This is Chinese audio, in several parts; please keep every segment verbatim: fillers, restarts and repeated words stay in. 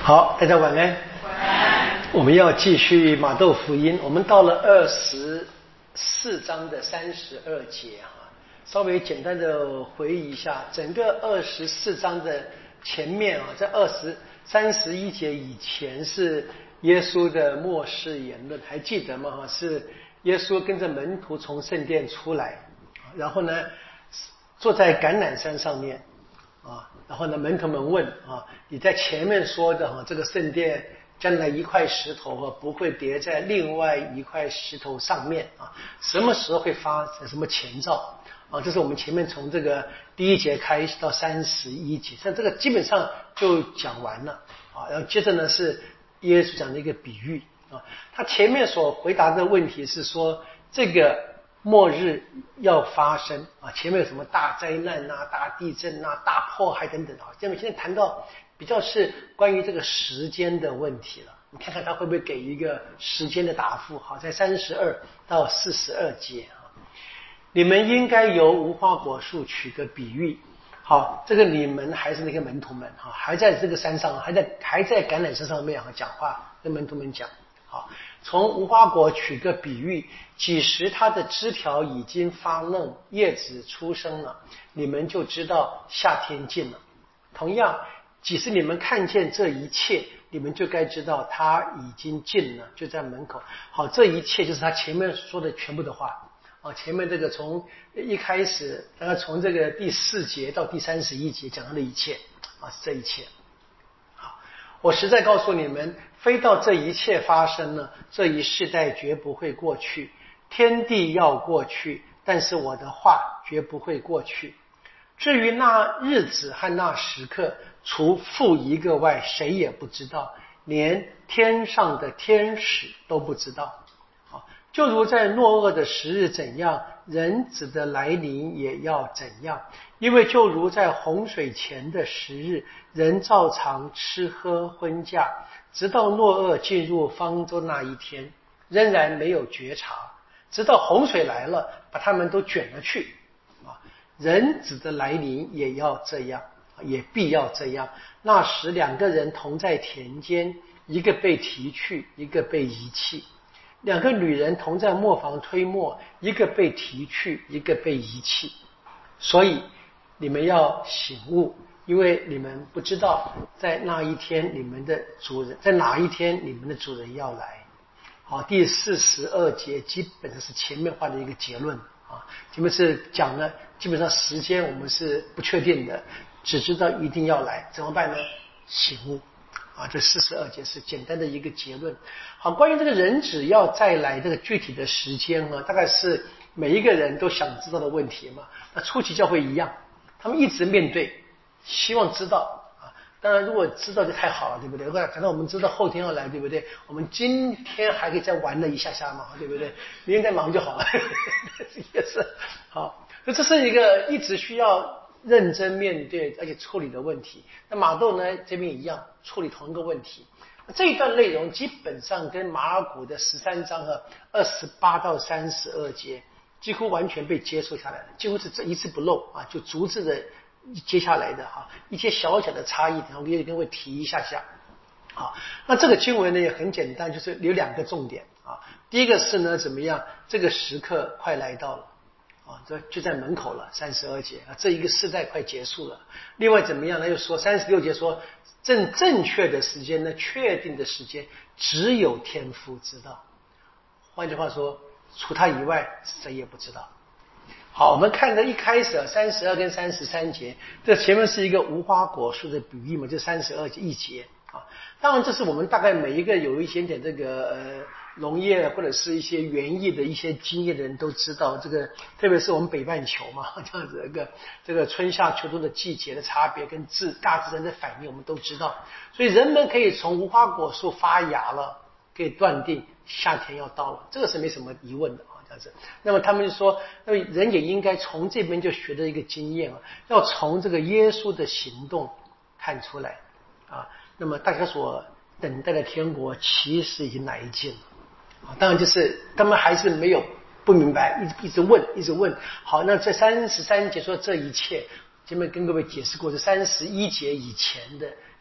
好，大家晚安。 晚安。 我们要继续马窦福音，我们到了二十四章的三十二节哈，稍微简单的回忆一下，整个二十四章的前面啊，在二十三十一节以前是耶稣的末世言论，还记得吗？哈，是耶稣跟着门徒从圣殿出来，然后呢，坐在橄榄山上面。啊，然后呢，门徒们问啊，你在前面说的哈、啊，这个圣殿将来一块石头啊不会叠在另外一块石头上面啊，什么时候会发生什么前兆啊？这是我们前面从这个第一节开始到三十一节，像这个基本上就讲完了啊。然后接着呢是耶稣讲的一个比喻啊，他前面所回答的问题是说这个。末日要发生啊！前面有什么大灾难啊、大地震啊、大迫害等等啊。这么现在谈到比较是关于这个时间的问题了。你看看他会不会给一个时间的答复？好，在三十二到四十二节啊，你们应该由无花果树取个比喻。好，这个你们还是那个门徒们哈，还在这个山上，还在还在橄榄山上面哈讲话，跟门徒们讲。好，从无花果取个比喻，几时它的枝条已经发嫩，叶子出生了，你们就知道夏天近了。同样，几时你们看见这一切，你们就该知道它已经近了，就在门口。好，这一切就是他前面说的全部的话啊。前面这个从一开始，然后从这个第四节到第三十一节讲到的一切啊，是这一切。我实在告诉你们，非到这一切发生了，这一世代绝不会过去。天地要过去，但是我的话绝不会过去。至于那日子和那时刻，除父一个外，谁也不知道，连天上的天使都不知道。好，就如在诺厄的时日怎样，人子的来临也要怎样。因为就如在洪水前的时日，人照常吃喝婚嫁，直到诺厄进入方舟那一天，仍然没有觉察，直到洪水来了，把他们都卷了去。啊，人子的来临也要这样，也必要这样。那时两个人同在田间，一个被提去，一个被遗弃；两个女人同在磨坊推磨，一个被提去，一个被遗弃。所以你们要醒悟，因为你们不知道在那一天你们的主人，在哪一天你们的主人要来。好，第四十二节基本上是前面话的一个结论啊，前面是讲了基本上时间我们是不确定的，只知道一定要来，怎么办呢？醒悟啊，这四十二节是简单的一个结论。好，关于这个人只要再来这个具体的时间呢，大概是每一个人都想知道的问题嘛。那初期教会一样，他们一直面对，希望知道啊。当然，如果知道就太好了，对不对？反正我们知道后天要来，对不对？我们今天还可以再玩了一下下嘛，对不对？明天再忙就好了，也是好。那这是一个一直需要认真面对而且处理的问题。那马窦呢这边一样处理同一个问题。这一段内容基本上跟马尔谷的十三章和二十八到三十二节几乎完全被接受下来了，几乎是这一字不漏啊，就逐字的接下来的哈，一些小小的差异，然后我也跟会提一下下。好，那这个经文呢也很简单，就是有两个重点啊。第一个是呢，怎么样？这个时刻快来到了啊，这就在门口了，三十二节啊，这一个世代快结束了。另外怎么样呢？又说三十六节说，正正确的时间呢，确定的时间，只有天父知道。换句话说，除他以外，谁也不知道。好，我们看到一开始啊，三十二跟三十三节，这前面是一个无花果树的比喻嘛，就三十二一节啊。当然，这是我们大概每一个有一些点这个呃农业或者是一些园艺的一些经验的人都知道，这个特别是我们北半球嘛，这样子一个这个春夏秋冬的季节的差别跟自大自然的反应，我们都知道。所以人们可以从无花果树发芽了，可以断定夏天要到了，这个是没什么疑问的。那么他们就说，那么人也应该从这边就学的一个经验啊，要从这个耶稣的行动看出来啊。那么大家所等待的天国其实已经来近了啊。当然就是他们还是没有不明白，一直一直问，一直问。好，那这三十三节说这一切，前面跟各位解释过，这三十一节以前的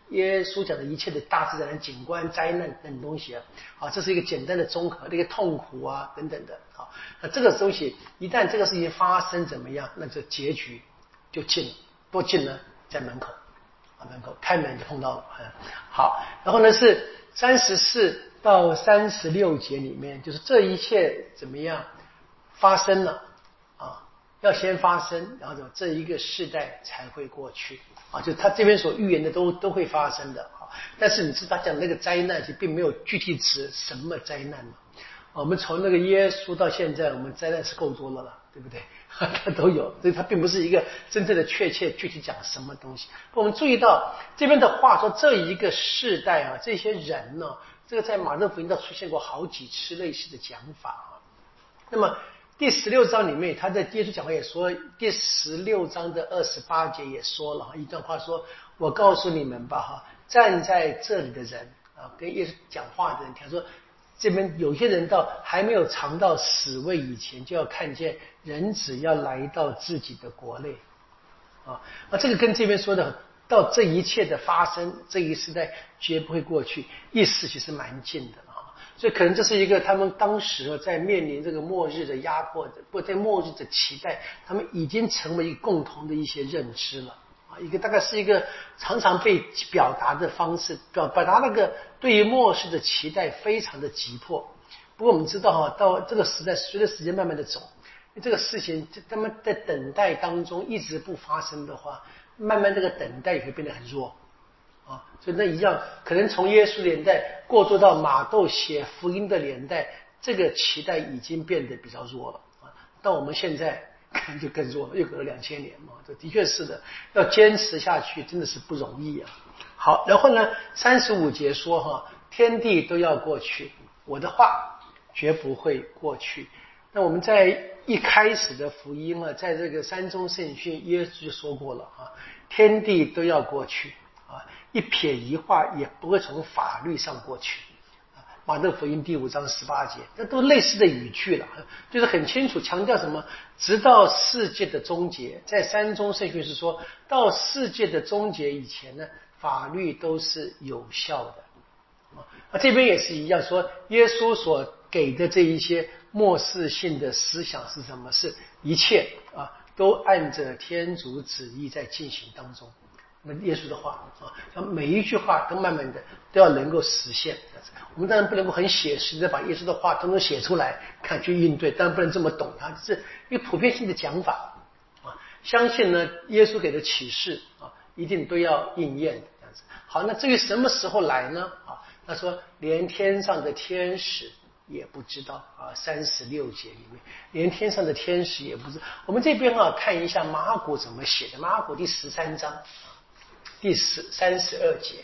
耶稣讲的一切的大自然的景观、灾难等东西啊，啊，这是一个简单的综合，这个痛苦啊等等的啊，那这个东西一旦这个事情发生怎么样，那这结局就近了，多近呢？在门口啊，门口开门就碰到了。嗯，好，然后呢是三十四到三十六节里面，就是这一切怎么样发生了啊？要先发生，然后这一个世代才会过去啊，就他这边所预言的都都会发生的啊。但是你知道他讲那个灾难，就并没有具体指什么灾难嘛。我们从那个耶稣到现在，我们灾难是够多了了，对不对？它都有，所以它并不是一个真正的确切具体讲什么东西。我们注意到这边的话说，这一个世代啊，这些人呢，这个在马太福音都出现过好几次类似的讲法啊。那么第十六章里面，他在耶稣讲话也说，第十六章的二十八节也说了一段话说，我告诉你们吧哈，站在这里的人啊，跟耶稣讲话的人，他说这边有些人到还没有尝到死味以前，就要看见人子要来到自己的国内啊。那这个跟这边说的到这一切的发生，这一时代绝不会过去，意思其实蛮近的啊。所以可能这是一个他们当时在面临这个末日的压迫的，或在末日的期待，他们已经成为共同的一些认知了。一个大概是一个常常被表达的方式，表表达那个对于末世的期待非常的急迫。不过我们知道哈，到这个时代随着时间慢慢的走，这个事情他们在等待当中一直不发生的话，慢慢这个等待也会变得很弱啊。所以那一样，可能从耶稣年代过渡到马窦写福音的年代，这个期待已经变得比较弱了啊。但我们现在可能就更弱了，又隔了两千年嘛，这的确是的，要坚持下去真的是不容易啊。好，然后呢，三十五节说哈，天地都要过去，我的话绝不会过去。那我们在一开始的福音啊，在这个山中圣训，耶稣就说过了啊，天地都要过去啊，一撇一画也不会从法律上过去。马太福音第五章十八节，那都类似的语句了，就是很清楚强调什么，直到世界的终结。在山中圣训是说到世界的终结以前呢，法律都是有效的。啊，这边也是一样，说耶稣所给的这一些末世性的思想是什么？是一切啊都按着天主旨意在进行当中。那耶稣的话啊，每一句话都慢慢的都要能够实现。我们当然不能够很写实的把耶稣的话都能写出来，看去应对，当然不能这么懂它，这是一个普遍性的讲法啊。相信呢，耶稣给的启示啊，一定都要应验这样子。好，那至于什么时候来呢？啊，他说连天上的天使也不知道啊，三十六节里面，连天上的天使也不知道。我们这边啊，看一下马可怎么写的，马可第十三章。第十三十二节，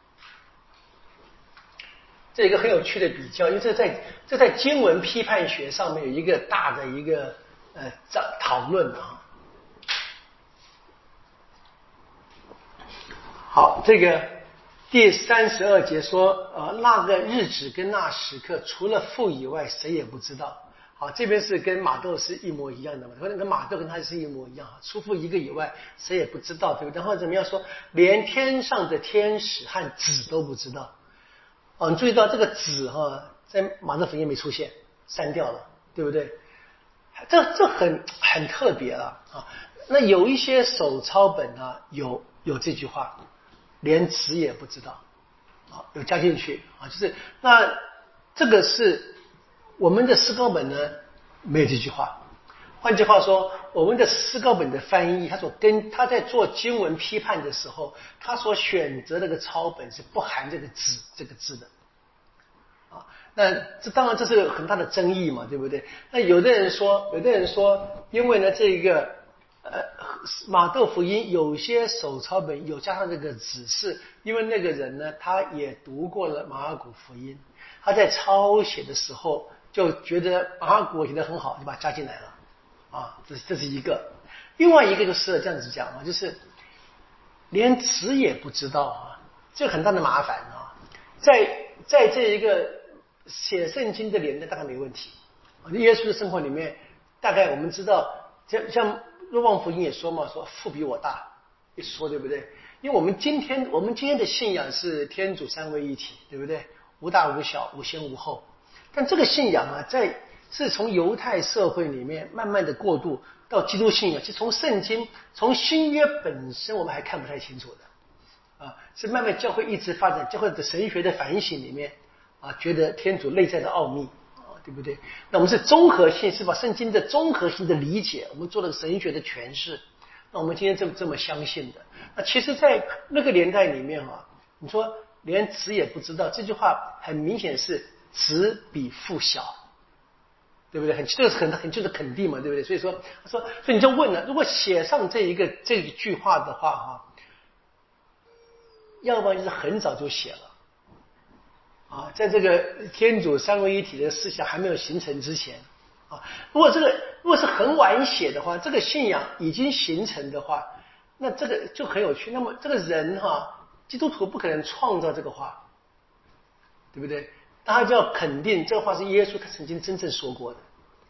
这一个很有趣的比较，因为这在这在经文批判学上面有一个大的一个呃讨论啊。好，这个第三十二节说，呃，那个日子跟那时刻，除了父以外，谁也不知道。好，这边是跟马窦是一模一样的嘛，跟马窦跟他是一模一样，除父一个以外，谁也不知道，对不对？然后怎么样说，连天上的天使和子都不知道。哦，你注意到这个子哈，在马太福音没出现，删掉了，对不对？这这很很特别了啊。那有一些手抄本呢，有有这句话，连子也不知道，啊，有加进去啊，就是那这个是。我们的诗歌本呢没有这句话，换句话说，我们的诗歌本的翻译，他所跟他在做经文批判的时候，他所选择那个抄本是不含这个子这个字的啊。那这当然这是很大的争议嘛，对不对？那有的人说，有的人说，因为呢这个呃马窦福音有些手抄本有加上这个子，是因为那个人呢他也读过了马尔谷福音，他在抄写的时候。就觉得马可写得很好，就把它加进来了啊，这是这是一个。另外一个就是这样子讲啊，就是连词也不知道啊，这很大的麻烦啊。在在这一个写圣经的年代，大概没问题。耶稣的生活里面，大概我们知道，像像若望福音也说嘛，说父比我大，一说对不对？ 因为我们今天我们今天的信仰是天主三位一体，对不对？无大无小，无先无后。但这个信仰啊，在是从犹太社会里面慢慢的过渡到基督信仰，是从圣经从新约本身我们还看不太清楚的啊，是慢慢教会一直发展，教会的神学的反省里面啊，觉得天主内在的奥秘啊，对不对？那我们是综合性，是把圣经的综合性的理解，我们做了神学的诠释。那我们今天这么这么相信的，那其实，在那个年代里面啊，你说连子也不知道，这句话很明显是子比父小，对不对？很这个是很很就是肯定嘛，对不对？所以说他说，所以你就问了，如果写上这一个这一句话的话哈，要不然就是很早就写了啊，在这个天主三位一体的思想还没有形成之前。啊，如果这个如果是很晚写的话，这个信仰已经形成的话，那这个就很有趣。那么这个人哈、啊，基督徒不可能创造这个话，对不对？大家就要肯定这个话是耶稣他曾经真正说过的，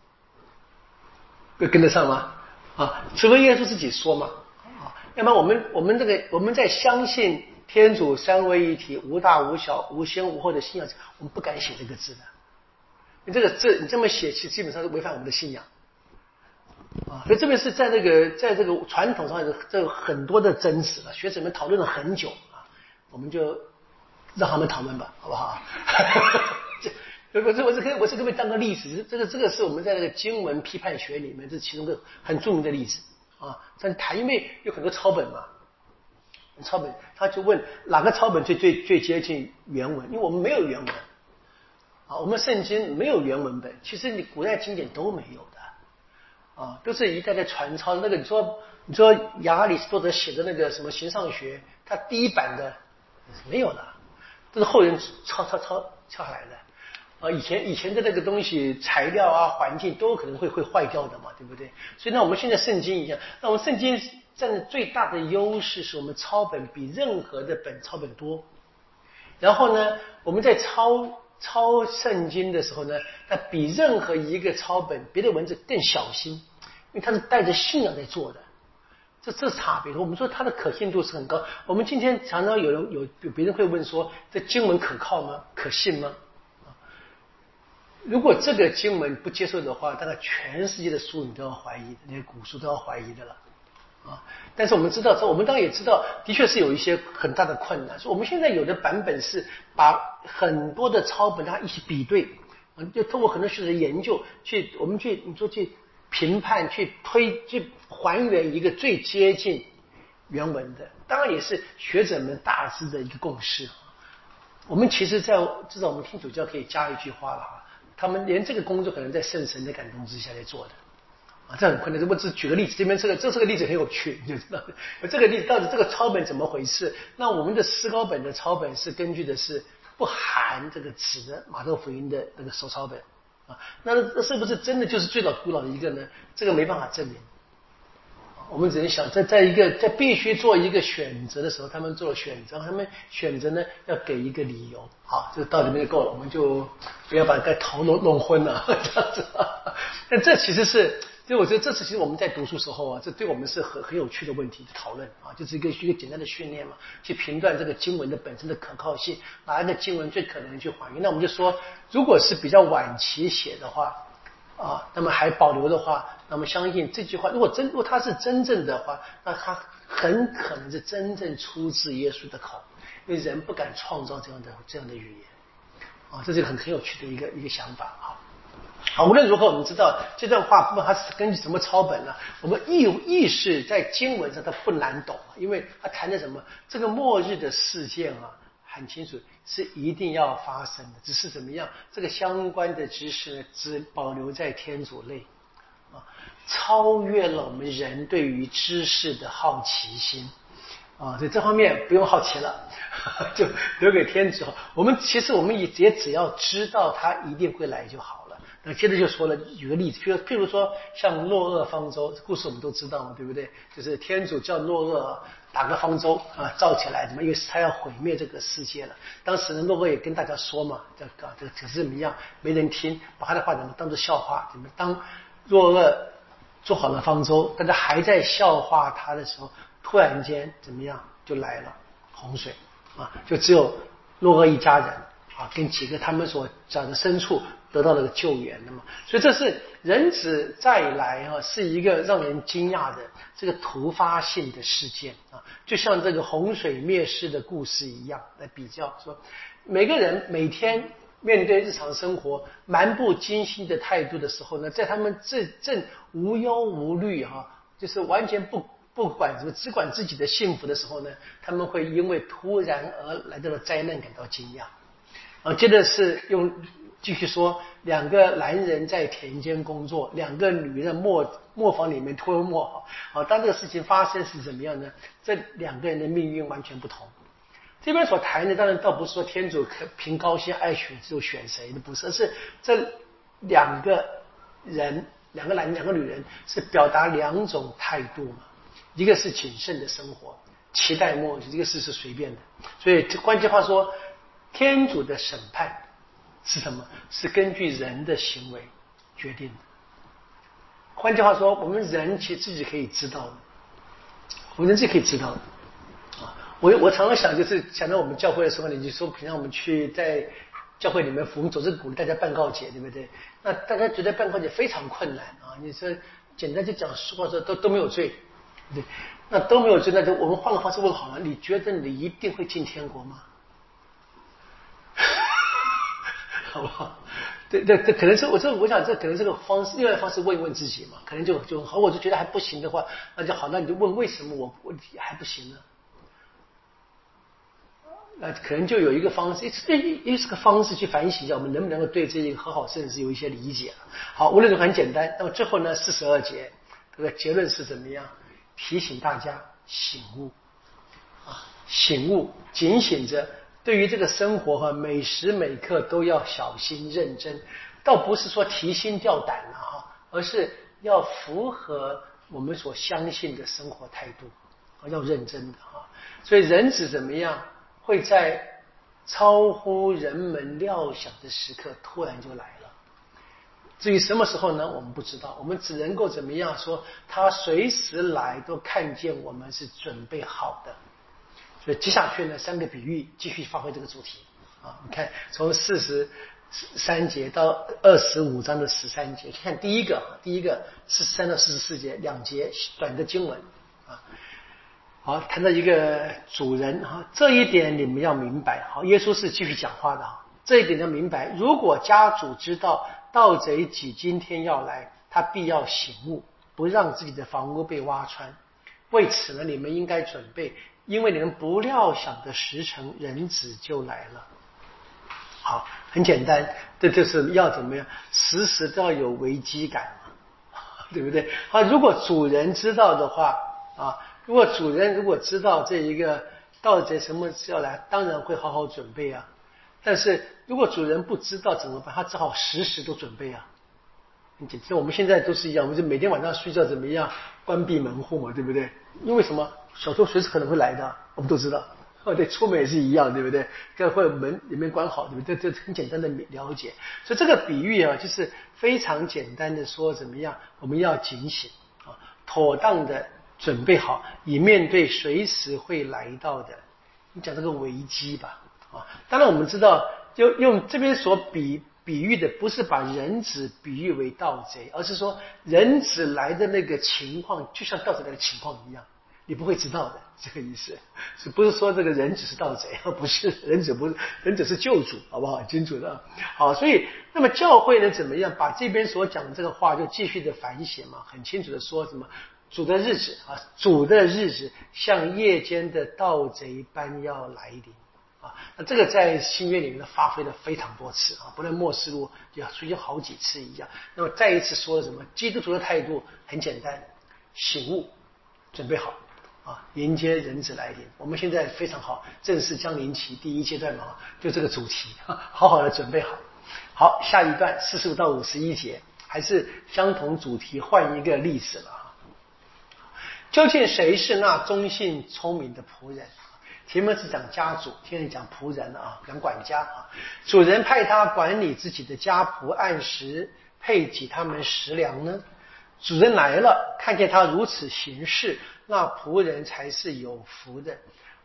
会跟得上吗？啊，除非耶稣自己说嘛，啊，要不然我们我们这个我们在相信天主三位一体、无大无小、无先无后的信仰，我们不敢写这个字的。你这个字你这么写，其实基本上是违反我们的信仰啊。所以这边是在那个在这个传统上有这个很多的争执了，学者们讨论了很久啊，我们就让他们讨论吧，好不好？这我这我这个我这个被当个例子，这个这个是我们在那个经文批判学里面这是其中一个很著名的例子啊。在谈，因为有很多抄本嘛，抄本他就问哪个抄本最最最接近原文，因为我们没有原文。啊，我们圣经没有原文本，其实你古代经典都没有的，啊，都是一代代传抄。那个你说你说亚里士多德写的那个什么形上学，他第一版的没有的，都是后人抄抄抄抄下来的。啊，以前以前的那个东西材料啊环境都可能会会坏掉的嘛，对不对？所以呢，我们现在圣经一样，那我们圣经占的最大的优势是我们抄本比任何的本抄本多。然后呢，我们在抄。抄圣经的时候呢，那比任何一个抄本别的文字更小心，因为它是带着信仰在做的，这这是差别。我们说它的可信度是很高。我们今天常常有人有有别人会问说，这经文可靠吗？可信吗？如果这个经文不接受的话，大概全世界的书你都要怀疑的，那些古书都要怀疑的了。啊，但是我们知道，我们当然也知道，的确是有一些很大的困难。所以我们现在有的版本是把很多的抄本大家一起比对，就通过很多学者的研究去，我们去你说去评判、去推、去还原一个最接近原文的。当然也是学者们大致的一个共识。我们其实在至少我们天主教可以加一句话了哈，他们连这个工作可能在圣神的感动之下来做的。啊，这很困难。我只举个例子，这边这个这这个例子很有趣，你就知道这个例子到底这个抄本怎么回事？那我们的思高本的抄本是根据的是不含这个子的马窦福音的那个手抄本啊，那这是不是真的就是最老古老的一个呢？这个没办法证明。我们只能想，在在一个在必须做一个选择的时候，他们做了选择，他们选择呢要给一个理由。好，这到这边就够了，我们就不要把该头弄弄昏了这样子。但这其实是。所以我觉得这次其实我们在读书时候啊，这对我们是很很有趣的问题的讨论啊，就是一个一个简单的训练嘛，去评断这个经文的本身的可靠性，哪一个经文最可能去还原。那我们就说，如果是比较晚期写的话啊，那么还保留的话，那么相信这句话，如果真如果它是真正的话，那它很可能是真正出自耶稣的口，因为人不敢创造这样的这样的语言啊，这是一个很很有趣的一个一个想法啊。好，无论如何，我们知道这段话不管它是根据什么抄本呢、啊？我们意意识在经文上它不难懂，因为它谈的什么？这个末日的事件啊，很清楚是一定要发生的，只是怎么样？这个相关的知识呢，只保留在天主类啊，超越了我们人对于知识的好奇心啊，所以这方面不用好奇了，就留给天主。我们其实我们也也只要知道它一定会来就好。那接着就说了，举个例子，譬如譬如说像诺厄方舟，故事我们都知道嘛，对不对？就是天主叫诺厄打个方舟啊，造起来，怎么？因为他要毁灭这个世界了。当时呢，诺厄也跟大家说嘛，这个这个可是怎么样？没人听，把他的话怎么当作笑话？怎么当诺厄做好了方舟，但他还在笑话他的时候，突然间怎么样？ 就来了，洪水啊，就只有诺厄一家人啊，跟几个他们所讲的牲畜得到了救援的嘛。所以这是人子再来啊，是一个让人惊讶的这个突发性的事件啊，就像这个洪水灭世的故事一样来比较，说每个人每天面对日常生活蛮不经心的态度的时候呢，在他们正正无忧无虑哈、啊，就是完全不不管什么，只管自己的幸福的时候呢，他们会因为突然而来到的灾难感到惊讶。啊，接着是用继续说，两个男人在田间工作，两个女人磨磨坊里面脱磨。好，当这个事情发生是怎么样呢？这两个人的命运完全不同。这边所谈的当然倒不是说天主凭高兴爱选就选谁的，不是，而是这两个人，两个男两个女人是表达两种态度嘛，一个是谨慎的生活，期待末日，一个是是随便的。所以换句话说，天主的审判是什么？是根据人的行为决定的。换句话说，我们人其实自己可以知道的，我们人自己可以知道的。我我常常想，就是想到我们教会的时候，你就说平常我们去在教会里面服务，总是鼓励大家办告解，对不对？那大家觉得办告解非常困难啊！你说简单就讲实话说，都都没有罪，对，那都没有罪，那就我们换个方式问好了，你觉得你一定会进天国吗？好不好？对对对，可能是我这我想这可能是个方式，另外的方式问一问自己嘛，可能就就好。我就觉得还不行的话，那就好，那你就问为什么我我还不行呢？那可能就有一个方式，这也是个方式去反省一下，我们能不能够对这一个和好圣事有一些理解。好，无论如何很简单。那么最后呢，四十二节这个结论是怎么样？提醒大家醒悟啊，醒悟，警醒着，对于这个生活和每时每刻都要小心认真。倒不是说提心吊胆了哈，而是要符合我们所相信的生活态度，要认真的哈。所以人子怎么样？会在超乎人们料想的时刻突然就来了。至于什么时候呢？我们不知道，我们只能够怎么样说，他随时来都看见我们是准备好的。所以接下去呢，三个比喻继续发挥这个主题啊。你看，从四十三节到二十五章的十三节，看第一个，第一个四十三到四十四节两节短的经文啊。好，谈到一个主人哈，这一点你们要明白。好，耶稣是继续讲话的哈，这一点要明白。如果家主知道盗贼几今天要来，他必要醒悟，不让自己的房屋被挖穿。为此呢，你们应该准备，因为你们不料想的时辰，人子就来了。好，很简单，这就是要怎么样，时时都要有危机感嘛，对不对？好，如果主人知道的话啊。如果主人如果知道这一个盗贼什么时候要来，当然会好好准备啊。但是如果主人不知道怎么办？他只好时时都准备啊。其实我们现在都是一样，我们就每天晚上睡觉怎么样，关闭门户嘛，对不对？因为什么？小偷随时可能会来的，我们都知道。哦，对，出门也是一样，对不对？这会门里面关好，对不对？这这很简单的了解。所以这个比喻啊，就是非常简单的说怎么样，我们要警醒啊，妥当的准备好，以面对随时会来到的，你讲这个危机吧，啊，当然我们知道，就用这边所比比喻的，不是把人子比喻为盗贼，而是说人子来的那个情况，就像盗贼来的情况一样，你不会知道的，这个意思，是不是说这个人只是盗贼？不是，人子不是，人子是救主，好不好？清楚的。好，所以那么教会呢，怎么样把这边所讲的这个话就继续的反省嘛，很清楚的说什么？主的日子啊，主的日子像夜间的盗贼般要来临啊！那这个在新约里面发挥了非常多次啊，不论默示录也出现好几次一样。那么再一次说了什么？基督徒的态度很简单，醒悟，准备好啊，迎接人子来临。我们现在非常好，正式将临期第一阶段嘛，就这个主题，好好的准备好。好，下一段四十五到五十一节，还是相同主题，换一个历史了。究竟谁是那忠信聪明的仆人？前面是讲家主，现在讲仆人啊，讲管家啊。主人派他管理自己的家仆，按时配给他们食粮呢。主人来了，看见他如此行事，那仆人才是有福的。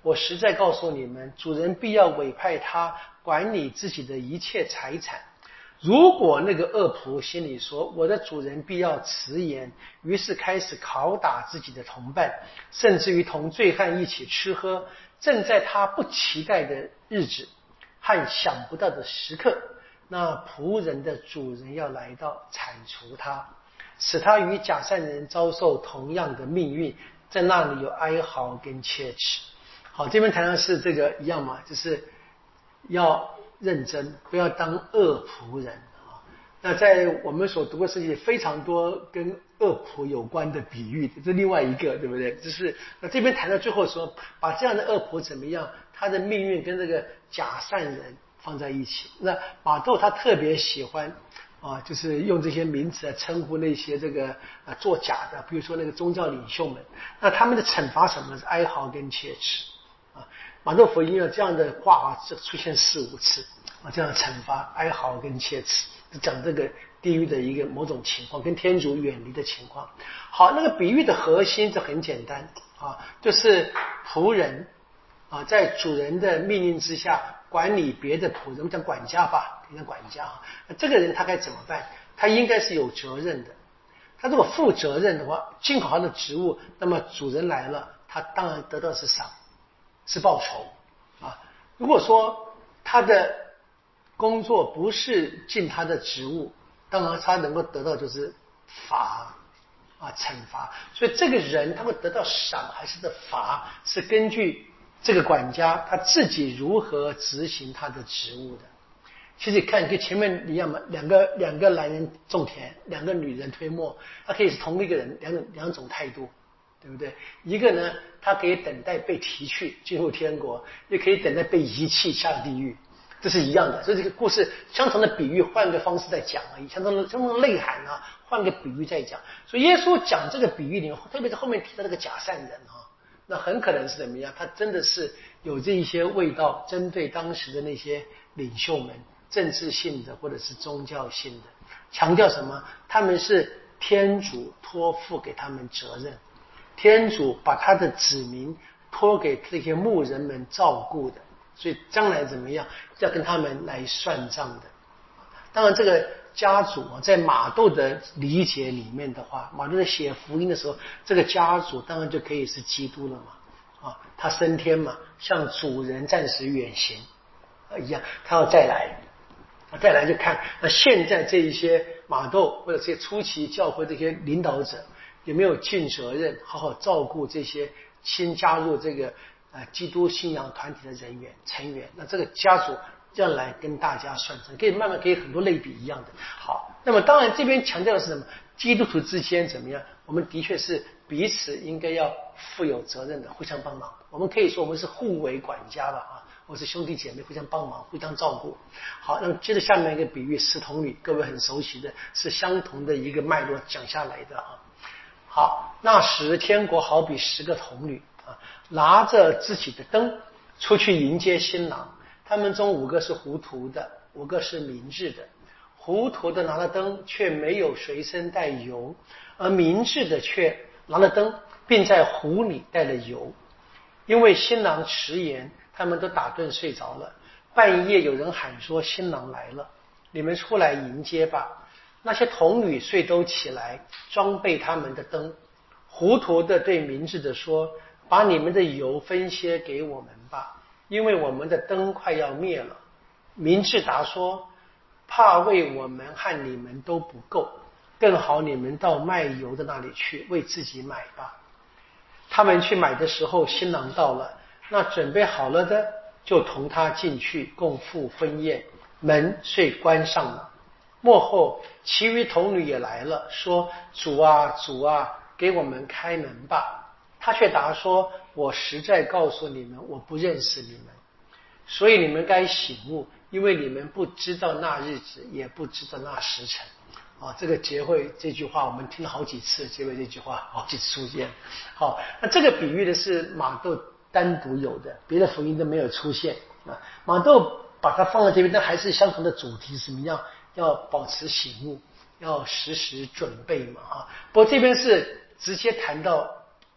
我实在告诉你们，主人必要委派他管理自己的一切财产。如果那个恶仆心里说，我的主人必要辞言，于是开始拷打自己的同伴，甚至于同醉汉一起吃喝，正在他不期待的日子和想不到的时刻，那仆人的主人要来到，铲除他，使他与假善人遭受同样的命运，在那里有哀嚎跟切齿。好，这边谈的是这个一样嘛，就是要认真，不要当恶仆人啊。那在我们所读的圣经非常多跟恶仆有关的比喻，这是另外一个，对不对？就是那这边谈到最后说，把这样的恶仆怎么样，他的命运跟这个假善人放在一起。那马窦他特别喜欢啊，就是用这些名词来称呼那些这个啊作假的，比如说那个宗教领袖们。那他们的惩罚什么？是哀嚎跟切齿啊。马窦福音有这样的话啊，出现四五次啊，这样的惩罚、哀嚎跟切齿，讲这个地狱的一个某种情况，跟天主远离的情况。好，那个比喻的核心就很简单啊，就是仆人啊，在主人的命令之下管理别的仆人，我们讲管家吧，可以讲管家啊。那这个人他该怎么办？他应该是有责任的。他如果负责任的话，尽好他的职务，那么主人来了，他当然得到是赏，是报酬啊。如果说他的工作不是尽他的职务，当然他能够得到就是罚啊，惩罚。所以这个人他会得到赏还是的罚，是根据这个管家他自己如何执行他的职务的。其实看跟前面一样嘛，两个两个男人种田，两个女人推磨，他可以是同一个人，两种两种态度，对不对？一个呢，他可以等待被提去进入天国，也可以等待被遗弃下地狱，这是一样的。所以这个故事相同的比喻，换个方式在讲而已，相同的相同的内涵啊，换个比喻在讲。所以耶稣讲这个比喻里面，特别是后面提到这个假善人啊，那很可能是怎么样？他真的是有这一些味道，针对当时的那些领袖们。政治性的或者是宗教性的，强调什么？他们是天主托付给他们责任，天主把他的子民托给这些牧人们照顾的，所以将来怎么样要跟他们来算账的。当然这个家族啊，在马窦的理解里面的话，马窦在写福音的时候，这个家族当然就可以是基督了嘛，啊，他升天嘛，向主人暂时远行一样，他要再来。再来就看那现在这一些马窦或者这些初期教会这些领导者有没有尽责任，好好照顾这些新加入这个呃基督信仰团体的人员成员。那这个家族要来跟大家算账，可以慢慢可以很多类比一样的。好，那么当然这边强调的是什么？基督徒之间怎么样？我们的确是彼此应该要负有责任的，互相帮忙。我们可以说我们是互为管家吧啊。或是兄弟姐妹互相帮忙，互相照顾。好，那么接着下面一个比喻，十童女，各位很熟悉的，是相同的一个脉络讲下来的啊。好，那时天国好比十个童女啊，拿着自己的灯出去迎接新郎。他们中五个是糊涂的，五个是明智的。糊涂的拿了灯，却没有随身带油；而明智的却拿了灯，并在壶里带了油。因为新郎迟延，他们都打盹睡着了。半夜有人喊说新郎来了，你们出来迎接吧。那些童女遂都起来，装备他们的灯。糊涂的对明智的说，把你们的油分些给我们吧，因为我们的灯快要灭了。明智答说，怕为我们和你们都不够，更好你们到卖油的那里去，为自己买吧。他们去买的时候，新郎到了，那准备好了的就同他进去共赴婚宴，门遂关上了。末后其余童女也来了，说，主啊主啊，给我们开门吧。他却答说，我实在告诉你们，我不认识你们，所以你们该醒悟，因为你们不知道那日子，也不知道那时辰。啊，这个结会这句话我们听了好几次，结尾这句话好几次出现。好，那这个比喻的是马窦单独有的，别的福音都没有出现啊。马窦把它放在这边，但还是相同的主题，什么样？要保持醒悟，要时时准备嘛啊。不过这边是直接谈到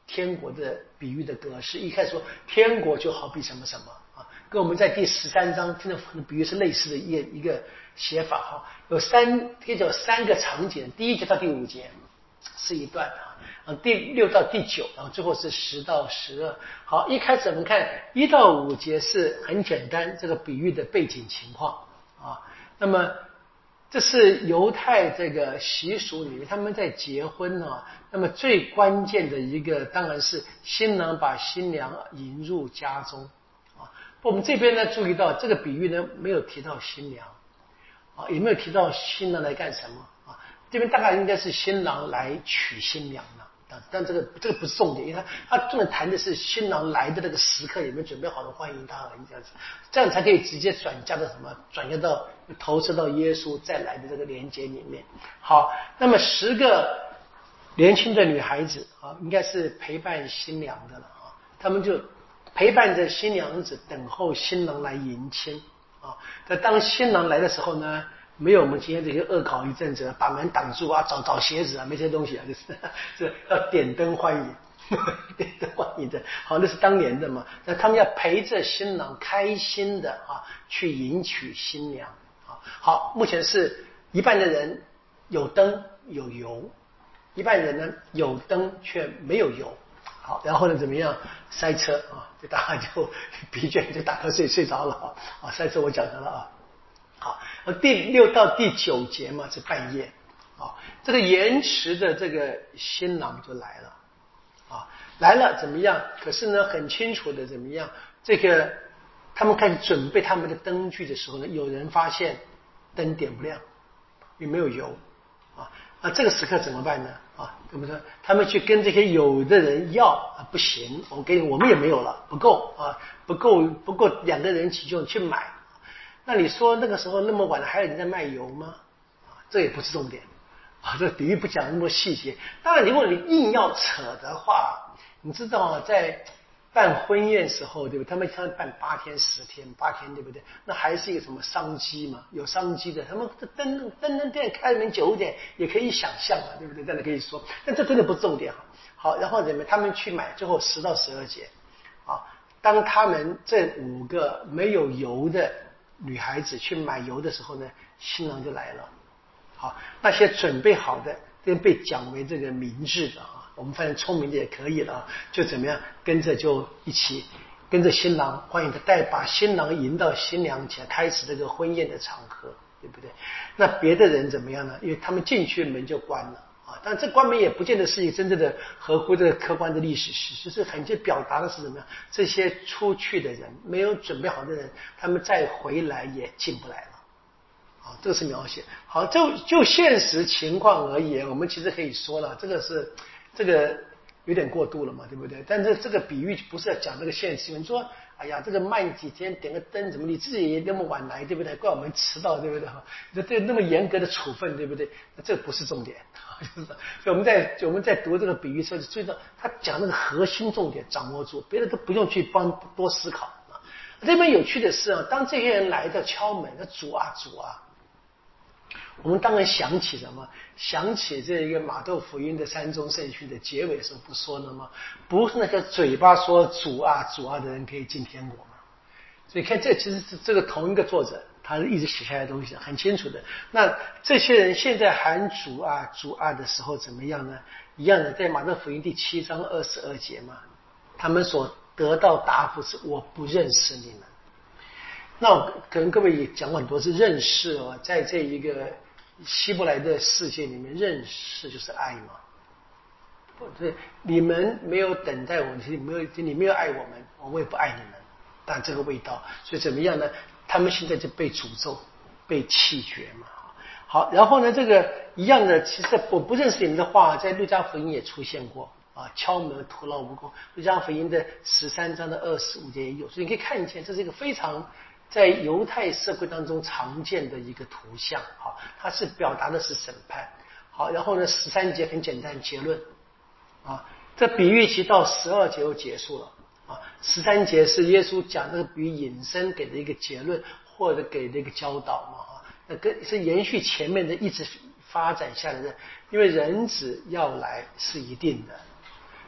天国的比喻的格式。一开始说天国就好比什么什么啊，跟我们在第十三章听的比喻是类似的一个一个写法哈。有三，可以叫三个场景，第一节到第五节是一段啊，第六到第九，然后最后是十到十二。好，一开始我们看一到五节是很简单，这个比喻的背景情况啊。那么这是犹太这个习俗里面，他们在结婚呢、啊，那么最关键的一个当然是新郎把新娘引入家中啊。我们这边呢注意到这个比喻呢没有提到新娘啊，也没有提到新郎来干什么啊。这边大概应该是新郎来娶新娘了。但这个这个不是重点，因为他他重点谈的是新郎来的那个时刻有没有准备好的欢迎他而已，这样子，这样才可以直接转嫁到什么？转嫁到投射到耶稣再来的这个连接里面。好，那么十个年轻的女孩子啊，应该是陪伴新娘的了啊，他们就陪伴着新娘子等候新郎来迎亲啊。那当新郎来的时候呢？没有我们今天这些恶搞一阵子，把门挡住啊，找找鞋子啊，没这些东西啊，就是是要点灯欢迎，点灯欢迎的。好，那是当年的嘛。那他们要陪着新郎开心的啊，去迎娶新娘啊。好，目前是一半的人有灯有油，一半人呢有灯却没有油。好，然后呢怎么样？塞车啊，就大家就疲倦就打瞌睡睡着了啊。塞车我讲的了啊。好，第六到第九节嘛是半夜，啊，这个延迟的这个新郎就来了，啊，来了怎么样？可是呢，很清楚的怎么样？这个他们开始准备他们的灯具的时候呢，有人发现灯点不亮，也没有油，啊，那这个时刻怎么办呢？啊，对不对？他们去跟这些有的人要啊，不行，我给你，我们也没有了，不够啊，不够不够，两个人一起就去买。那你说那个时候那么晚了，还有人在卖油吗？啊，这也不是重点啊，这比喻不讲那么多细节。当然，如果你硬要扯的话，你知道在办婚宴时候，对不对？他们他们办八天、十天、八天，对不对？那还是一个什么商机嘛？有商机的，他们灯灯灯店开门久一点，也可以想象嘛，对不对？这样可以说，但这真的不是重点哈。好，然后怎么？他们去买，最后十到十二节啊，当他们这五个没有油的女孩子去买油的时候呢，新郎就来了。好，那些准备好的，跟被讲为这个明智的啊，我们发现聪明的也可以了啊，就怎么样跟着就一起跟着新郎欢迎他，带把新郎迎到新娘前，开始这个婚宴的场合，对不对？那别的人怎么样呢？因为他们进去门就关了。啊，但这关门也不见得是一个真正的合乎这个客观的历史史，就是很就表达的是什么样？这些出去的人，没有准备好的人，他们再回来也进不来了。啊，这个是描写。好，就就现实情况而言，我们其实可以说了，这个是这个有点过度了嘛，对不对？但是这个比喻不是要讲这个现实。你说，哎呀，这个慢几天点个灯怎么？你自己也那么晚来，对不对？怪我们迟到，对不对？这这那么严格的处分，对不对？这不是重点。就是，所以我们在我们在读这个比喻时候，注意到他讲那个核心重点掌握住，别的都不用去帮多思考啊。这边有趣的是啊，当这些人来到敲门，那主啊主啊，我们当然想起什么？想起这一个马窦福音的三宗圣训的结尾时候不说了吗？不是那个嘴巴说主啊主啊的人可以进天国吗？所以看这其实是这个同一个作者他一直写下来的东西很清楚的。那这些人现在喊主啊主啊的时候怎么样呢？一样的，在马太福音第七章二十二节嘛，他们所得到答复是我不认识你们。那我跟各位也讲过很多次，认识哦，在这一个希伯来的世界里面，认识就是爱嘛。对，你们没有等待我们，你没有你没有爱我们，我也不爱你们。但这个味道，所以怎么样呢？他们现在就被诅咒，被弃绝嘛。好，然后呢，这个一样的，其实我不认识你们的话，在路加福音也出现过啊，敲门徒劳无功。路加福音的十三章的二十五节也有，所以你可以看见，这是一个非常在犹太社会当中常见的一个图像。好，它是表达的是审判。好，然后呢，十三节很简单结论啊，这比喻期到十二节就结束了。啊，十三节是耶稣讲这个比喻引申给的一个结论，或者给的一个教导嘛，哈，那跟是延续前面的一直发展下来的。因为人子要来是一定的，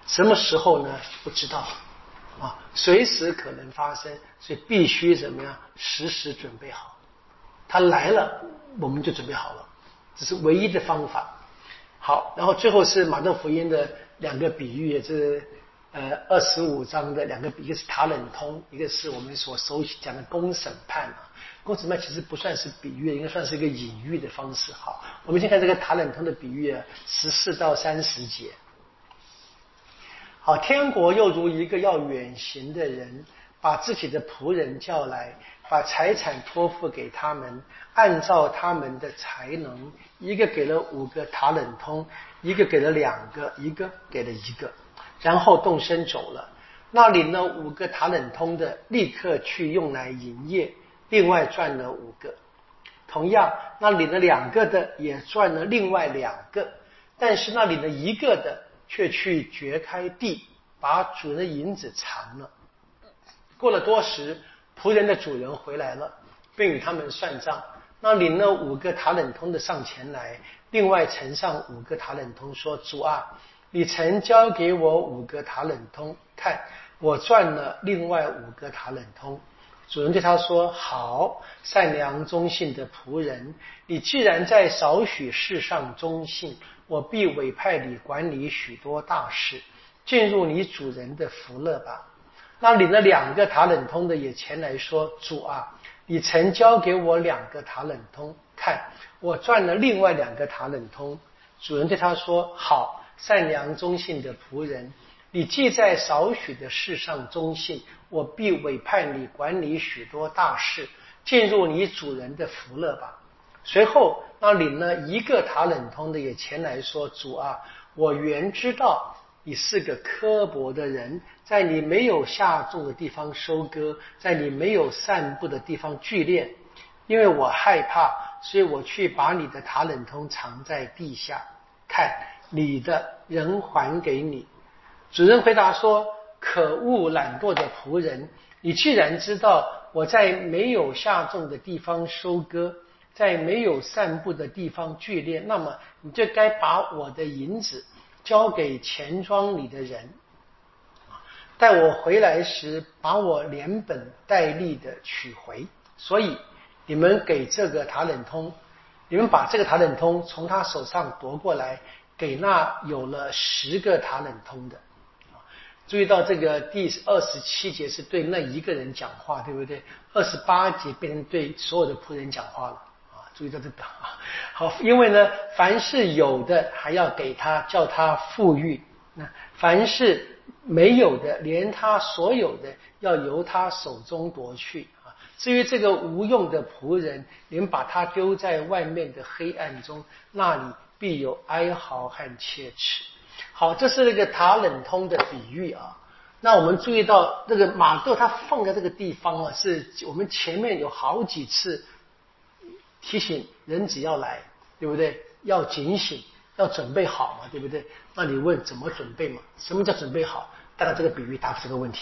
什么时候呢？不知道啊，随时可能发生，所以必须怎么样？时时准备好。他来了，我们就准备好了，这是唯一的方法。好，然后最后是马窦福音的两个比喻，也是呃二十五章的两个比喻，一个是塔冷通，一个是我们所熟悉讲的公审判啊。公审判其实不算是比喻，应该算是一个隐喻的方式。好，我们先看这个塔冷通的比喻啊，十四到三十节。好，天国又如一个要远行的人，把自己的仆人叫来，把财产托付给他们，按照他们的才能，一个给了五个塔冷通，一个给了两个，一个给了一个，然后动身走了。那领了五个塔冷通的立刻去用来营业，另外赚了五个。同样，那领了两个的也赚了另外两个，但是那领了一个的却去掘开地，把主人的银子藏了。过了多时，仆人的主人回来了，并与他们算账。那领了五个塔冷通的上前来，另外呈上五个塔冷通，说：主啊，你曾交给我五个塔冷通，看我赚了另外五个塔冷通。主人对他说：好，善良忠信的仆人，你既然在少许事上忠信，我必委派你管理许多大事，进入你主人的福乐吧。那领了两个塔冷通的也前来说：主啊，你曾交给我两个塔冷通，看我赚了另外两个塔冷通。主人对他说：好，善良忠信的仆人，你既在少许的事上忠信，我必委派你管理许多大事，进入你主人的福乐吧。随后那领了一个塔冷通的也前来说：主啊，我原知道你是个刻薄的人，在你没有下种的地方收割，在你没有散布的地方聚敛。因为我害怕，所以我去把你的塔冷通藏在地下，看你的人还给你。主人回答说：可恶懒惰的仆人，你既然知道我在没有下种的地方收割，在没有散布的地方聚敛，那么你就该把我的银子交给钱庄里的人，待我回来时把我连本带利的取回。所以你们给这个塔冷通，你们把这个塔冷通从他手上夺过来，给那有了十个塔冷通的。注意到这个第二十七节是对那一个人讲话，对不对？二十八节变成对所有的仆人讲话了啊！注意到这个啊。好，因为呢，凡是有的还要给他，叫他富裕；那凡是没有的，连他所有的要由他手中夺去啊。至于这个无用的仆人，你们把他丢在外面的黑暗中，那里必有哀嚎和切齿。好，这是那个塔冷通的比喻啊。那我们注意到这个马窦他放在这个地方啊，是我们前面有好几次提醒人子要来，对不对？要警醒，要准备好嘛，对不对？那你问怎么准备嘛？什么叫准备好？大概这个比喻答复这个问题。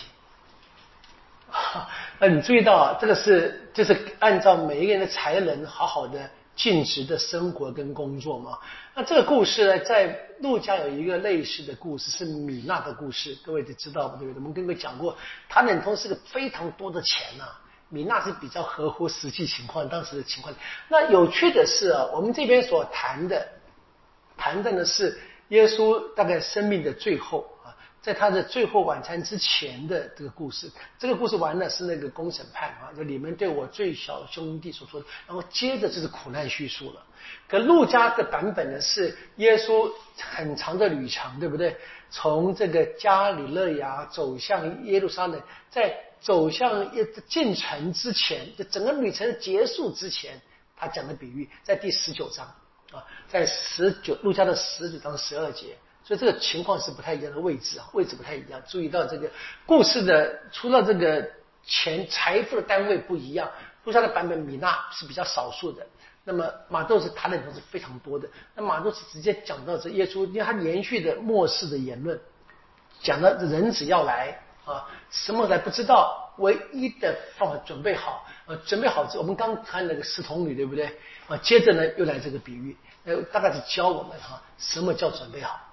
那你注意到啊，这个是就是按照每一个人的才能，好好的尽职的生活跟工作嘛。那这个故事呢，在路加有一个类似的故事，是米娜的故事，各位都知道不对不对？我们跟各位讲过，塔冷通是个非常多的钱啊，米娜是比较合乎实际情况，当时的情况。那有趣的是啊，我们这边所谈的谈的呢是耶稣大概生命的最后啊，在他的最后晚餐之前的这个故事。这个故事完了是那个公审判啊，就你们对我最小兄弟所说的，然后接着就是苦难叙述了。可路加的版本呢是耶稣很长的旅程，对不对？从这个加里肋亚走向耶路撒冷，在走向进城之前，就整个旅程结束之前，他讲的比喻在第十九章啊，在十九路加的十九章十二节。所以这个情况是不太一样的位置啊，位置不太一样。注意到这个故事的，除了这个钱财富的单位不一样，路加的版本米娜是比较少数的，那么马窦是塔冷通是非常多的。那马窦是直接讲到这耶稣，因为他连续的末世的言论，讲到人子要来啊，什么来不知道，唯一的方法准备好，呃，准备好之后，我们刚看那个石童女，对不对？啊，接着呢又来这个比喻，呃，大概是教我们哈、啊，什么叫准备好。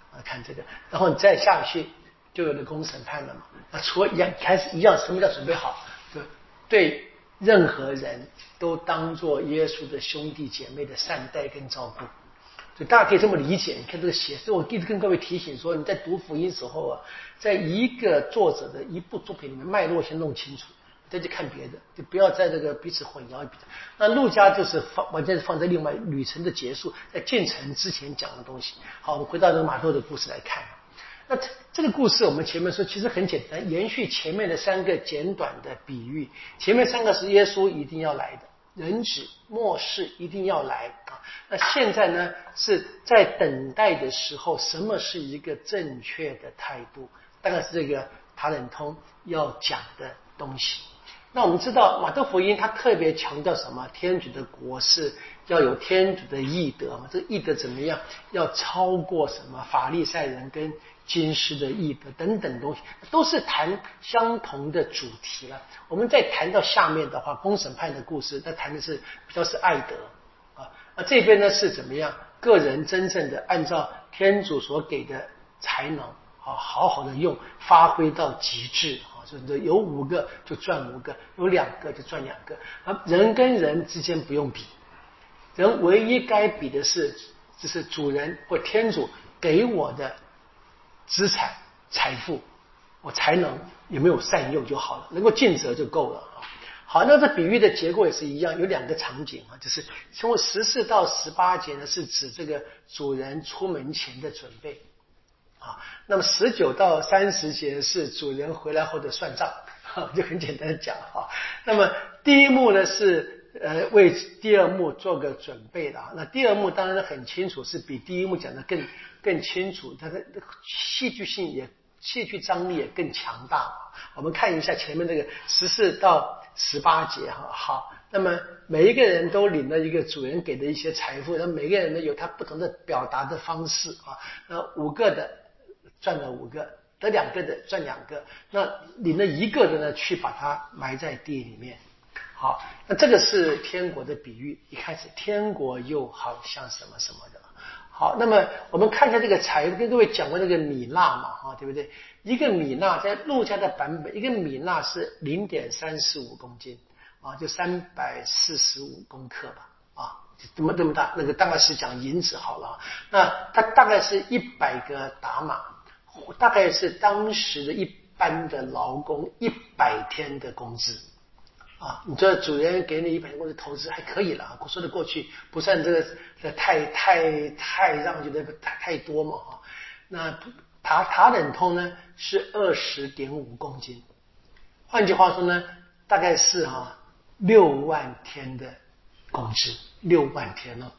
啊，看这个，然后你再下去就有了公审判了嘛。那除了一样开始一样，什么叫准备好？对，对任何人都当作耶稣的兄弟姐妹的善待跟照顾。所以大家可以这么理解，你看这个写，所以我一直跟各位提醒说，你在读福音时候啊，在一个作者的一部作品里面脉络先弄清楚，再去看别的，就不要在这个彼此混淆。那路加就是放完全是放在另外旅程的结束，在进城之前讲的东西。好，我们回到这个马窦的故事来看。那这个故事我们前面说其实很简单，延续前面的三个简短的比喻。前面三个是耶稣一定要来的，人子末世一定要来啊。那现在呢是在等待的时候，什么是一个正确的态度？大概是这个塔冷通要讲的东西。那我们知道马窦福音他特别强调什么？天主的国是要有天主的义德嘛，这个义德怎么样？要超过什么法利赛人跟经师的义德等等东西，都是谈相同的主题了。我们再谈到下面的话，公审判的故事，那谈的是比较是爱德啊。那这边呢是怎么样？个人真正的按照天主所给的才能啊，好好的用，发挥到极致啊。就是有五个就赚五个，有两个就赚两个。啊，人跟人之间不用比，人唯一该比的是，就是主人或天主给我的资产财富，我才能有没有善用就好了，能够尽责就够了啊。好，那这比喻的结构也是一样，有两个场景啊，就是从十四到十八节呢是指这个主人出门前的准备啊，那么十九到三十节是主人回来后的算账，就很简单的讲哈。那么第一幕呢是呃为第二幕做个准备的啊，那第二幕当然很清楚，是比第一幕讲的更更清楚，它的戏剧性也戏剧张力也更强大。我们看一下前面这个十四到十八节哈。好，那么每一个人都领了一个主人给的一些财富，那每个人呢有他不同的表达的方式啊。那五个的赚了五个，得两个的赚两个，那领了一个的呢去把它埋在地里面。好，那这个是天国的比喻，一开始天国又好像什么什么的。好，那么我们看一下这个财，跟各位讲过那个米纳嘛，哈，对不对？一个米纳在路加的版本，一个米纳是 零点三四五公斤啊，就三百四十五公克吧，啊，这么这么大，那个大概是讲银子好了。那它大概是一百个达马，大概是当时的一般的劳工一百天的工资。啊，你这主人给你一百多的投资还可以了，说的过去不算这个这太太太让觉得太太多嘛哈。那塔塔冷通呢是二十点五公斤，换句话说呢，大概是哈、啊、六万天的工资，六万天哦，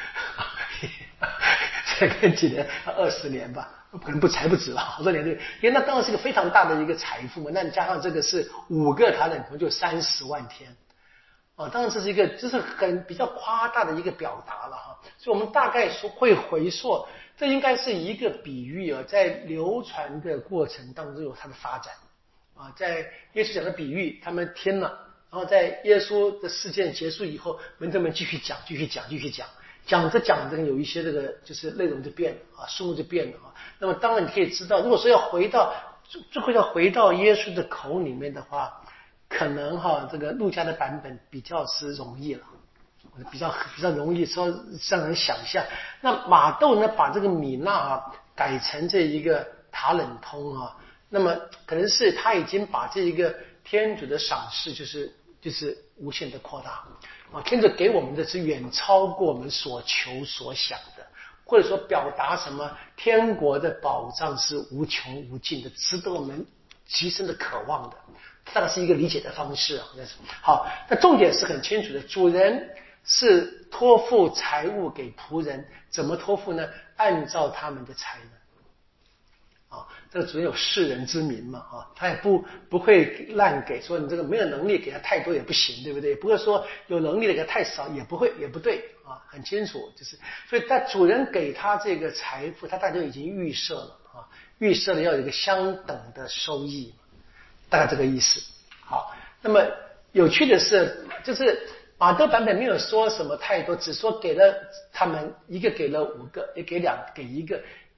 这个几年二十年吧。可能不才不止了，好多年对，因为那当然是个非常大的一个财富嘛。那你加上这个是五个塔冷通，就三十万天啊。当然这是一个，这是很比较夸大的一个表达了哈。所以我们大概说会回溯，这应该是一个比喻啊，在流传的过程当中有它的发展啊。在耶稣讲的比喻，他们听了，然后在耶稣的事件结束以后，门徒们继续讲，继续讲，继续讲。讲着讲着有一些这个就是内容就变了啊，数目就变了啊。那么当然你可以知道，如果说要回到最后要回到耶稣的口里面的话，可能哈这个路加的版本比较是容易了，比较比较容易说让人想象。那马窦呢把这个米纳啊改成这一个塔冷通啊，那么可能是他已经把这一个天主的赏赐就是就是无限的扩大啊，天主给我们的是远超过我们所求所想的，或者说表达什么天国的保障是无穷无尽的，值得我们极深的渴望的，大概是一个理解的方式啊。好，那重点是很清楚的，主人是托付财物给仆人，怎么托付呢？按照他们的才能。啊，这个主人有世人之名嘛，啊，他也不不会滥给，说你这个没有能力给他太多也不行，对不对？不会说有能力的给他太少也不会，也不对啊，很清楚，就是所以在主人给他这个财富，他大家已经预设了啊，预设了要有一个相等的收益，大概这个意思。好，那么有趣的是，就是马窦版本没有说什么太多，只说给了他们一个给了五个，也给两给一个。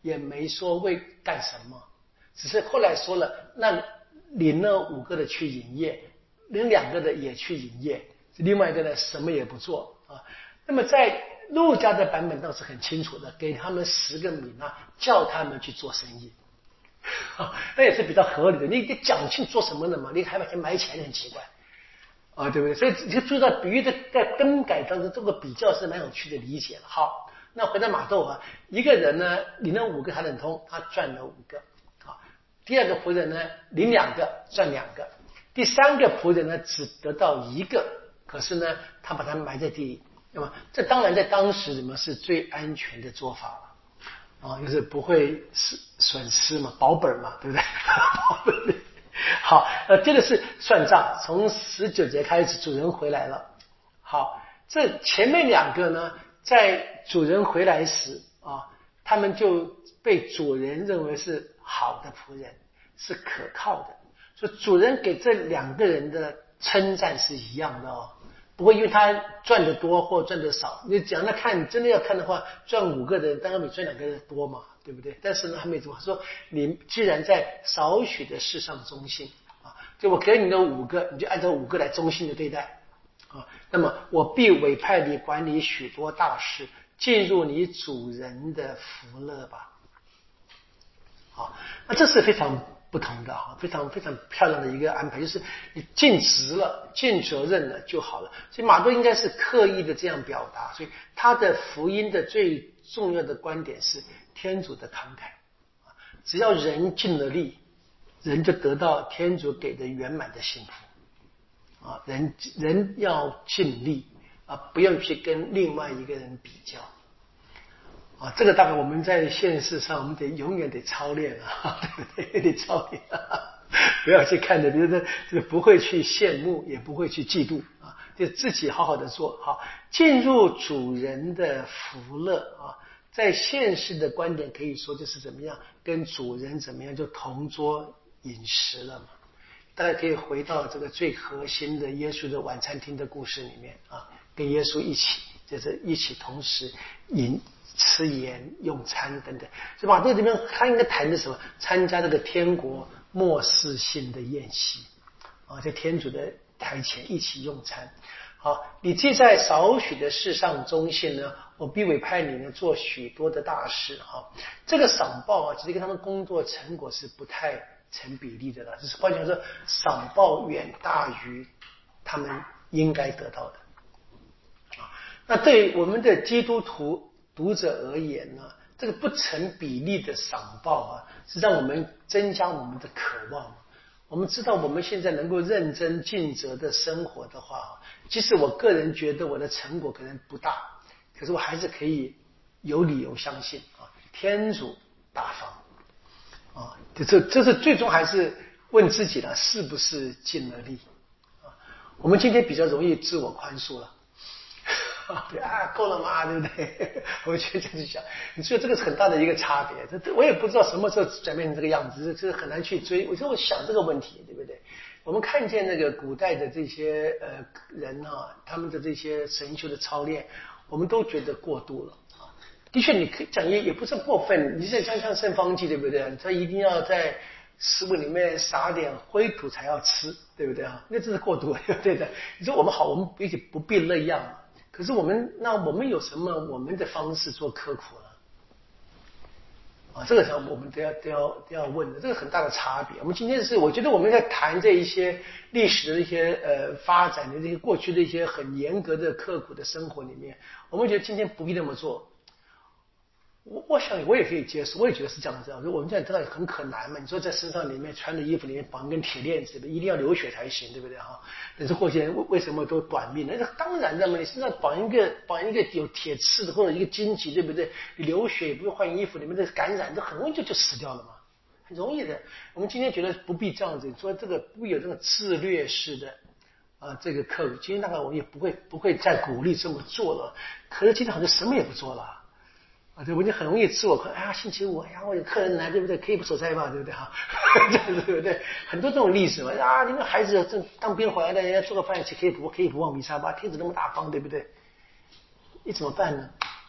也没说为干什么，只是后来说了，那领了五个的去营业，领两个的也去营业，另外一个呢什么也不做啊。那么在路加的版本倒是很清楚的，给他们十个米纳，叫他们去做生意。啊，那也是比较合理的。你你讲清做什么的嘛？你还把钱埋起来，很奇怪啊，对不对？所以你就注意到比喻的在更改当中，这个比较是蛮有趣的理解了。好，那回到马窦啊，一个人呢领了五个他等通，他赚了五个。好，第二个仆人呢领两个赚两个，第三个仆人呢只得到一个，可是呢他把它埋在地里。那么这当然在当时怎么是最安全的做法了。啊，就是不会损失嘛，保本嘛，对不对？保本。好，呃，接着是算账，从十九节开始，主人回来了。好，这前面两个呢，在主人回来时啊，他们就被主人认为是好的仆人，是可靠的，所以主人给这两个人的称赞是一样的哦。不会因为他赚得多或赚得少，你讲那看真的要看的话，赚五个人当然比赚两个人多嘛，对不对？但是呢，他没怎么说，你既然在少许的事上忠心啊，就我给你的五个，你就按照五个来忠心的对待啊，那么我必委派你管理许多大事，进入你主人的福乐吧。好，那这是非常不同的哈，非常非常漂亮的一个安排，就是你尽职了、尽责任了就好了。所以马窦应该是刻意的这样表达，所以他的福音的最重要的观点是天主的慷慨，只要人尽了力，人就得到天主给的圆满的幸福啊！人人要尽力啊，不要去跟另外一个人比较。啊，这个大概我们在现实上，我们得永远得操练啊，对不对？得操练、啊，不要去看着别人，这个不会去羡慕，也不会去嫉妒啊，就自己好好的做好，进入主人的福乐啊。在现实的观点可以说就是怎么样，跟主人怎么样就同桌饮食了嘛。大家可以回到这个最核心的耶稣的晚餐厅的故事里面啊，跟耶稣一起，就是一起同时饮。吃盐用餐等等，所以马窦这边他应该谈的什么？参加这个天国末世性的宴席啊，在天主的台前一起用餐。好，你既在少许的事上忠信呢，我必委派你呢做许多的大事。哈，这个赏报啊，其实跟他们工作成果是不太成比例的了。就是换句话说，赏报远大于他们应该得到的。啊，那对于我们的基督徒读者而言呢，这个不成比例的赏报啊，是让我们增加我们的渴望。我们知道我们现在能够认真尽责的生活的话，即使我个人觉得我的成果可能不大，可是我还是可以有理由相信啊，天主大方啊，这这是最终还是问自己了，是不是尽了力啊？我们今天比较容易自我宽恕了。对啊，够了吗？对不对？我就这样去想，你说这个是很大的一个差别。这我也不知道什么时候转变成这个样子，这很难去追。我就我想这个问题，对不对？我们看见那个古代的这些呃人啊，他们的这些神修的操练，我们都觉得过度了啊。的确，你可以讲也也不是过分。你像像像圣方济，对不对？他一定要在食物里面撒点灰土才要吃，对不对啊？那这是过度，对的。你说我们好，我们也许不必那样嘛。可是我们那我们有什么我们的方式做科普呢？啊，这个时候我们都要都要都要问的，这个很大的差别。我们今天是我觉得我们在谈这一些历史的一些呃发展的这些过去的一些很严格的刻苦的生活里面，我们觉得今天不必那么做。我我想我也可以接受，我也觉得是这样子。我们这样真的很可难嘛？你说在身上里面穿的衣服里面绑一根铁链子，一定要流血才行，对不对哈？但是过去人为什么都短命？那当然的嘛，你身上绑一个绑一个有铁刺的或者一个荆棘，对不对？你流血也不用换衣服，里面的感染都很容易就就死掉了嘛，很容易的。我们今天觉得不必这样子，说这个不必有这个自虐式的啊、呃、这个课语，今天大概我们也不会不会再鼓励这么做了。可是今天好像什么也不做了。啊，对，我就很容易自我夸，哎呀，星期五，哎呀，我有客人来，对不对？可以不守斋嘛，对不对哈？对不对？很多这种例子嘛，啊，你们孩子正当兵回来的，人家做个饭吃，可以不可以不忘弥撒吧？天主那么大方，对不对？你怎么办呢？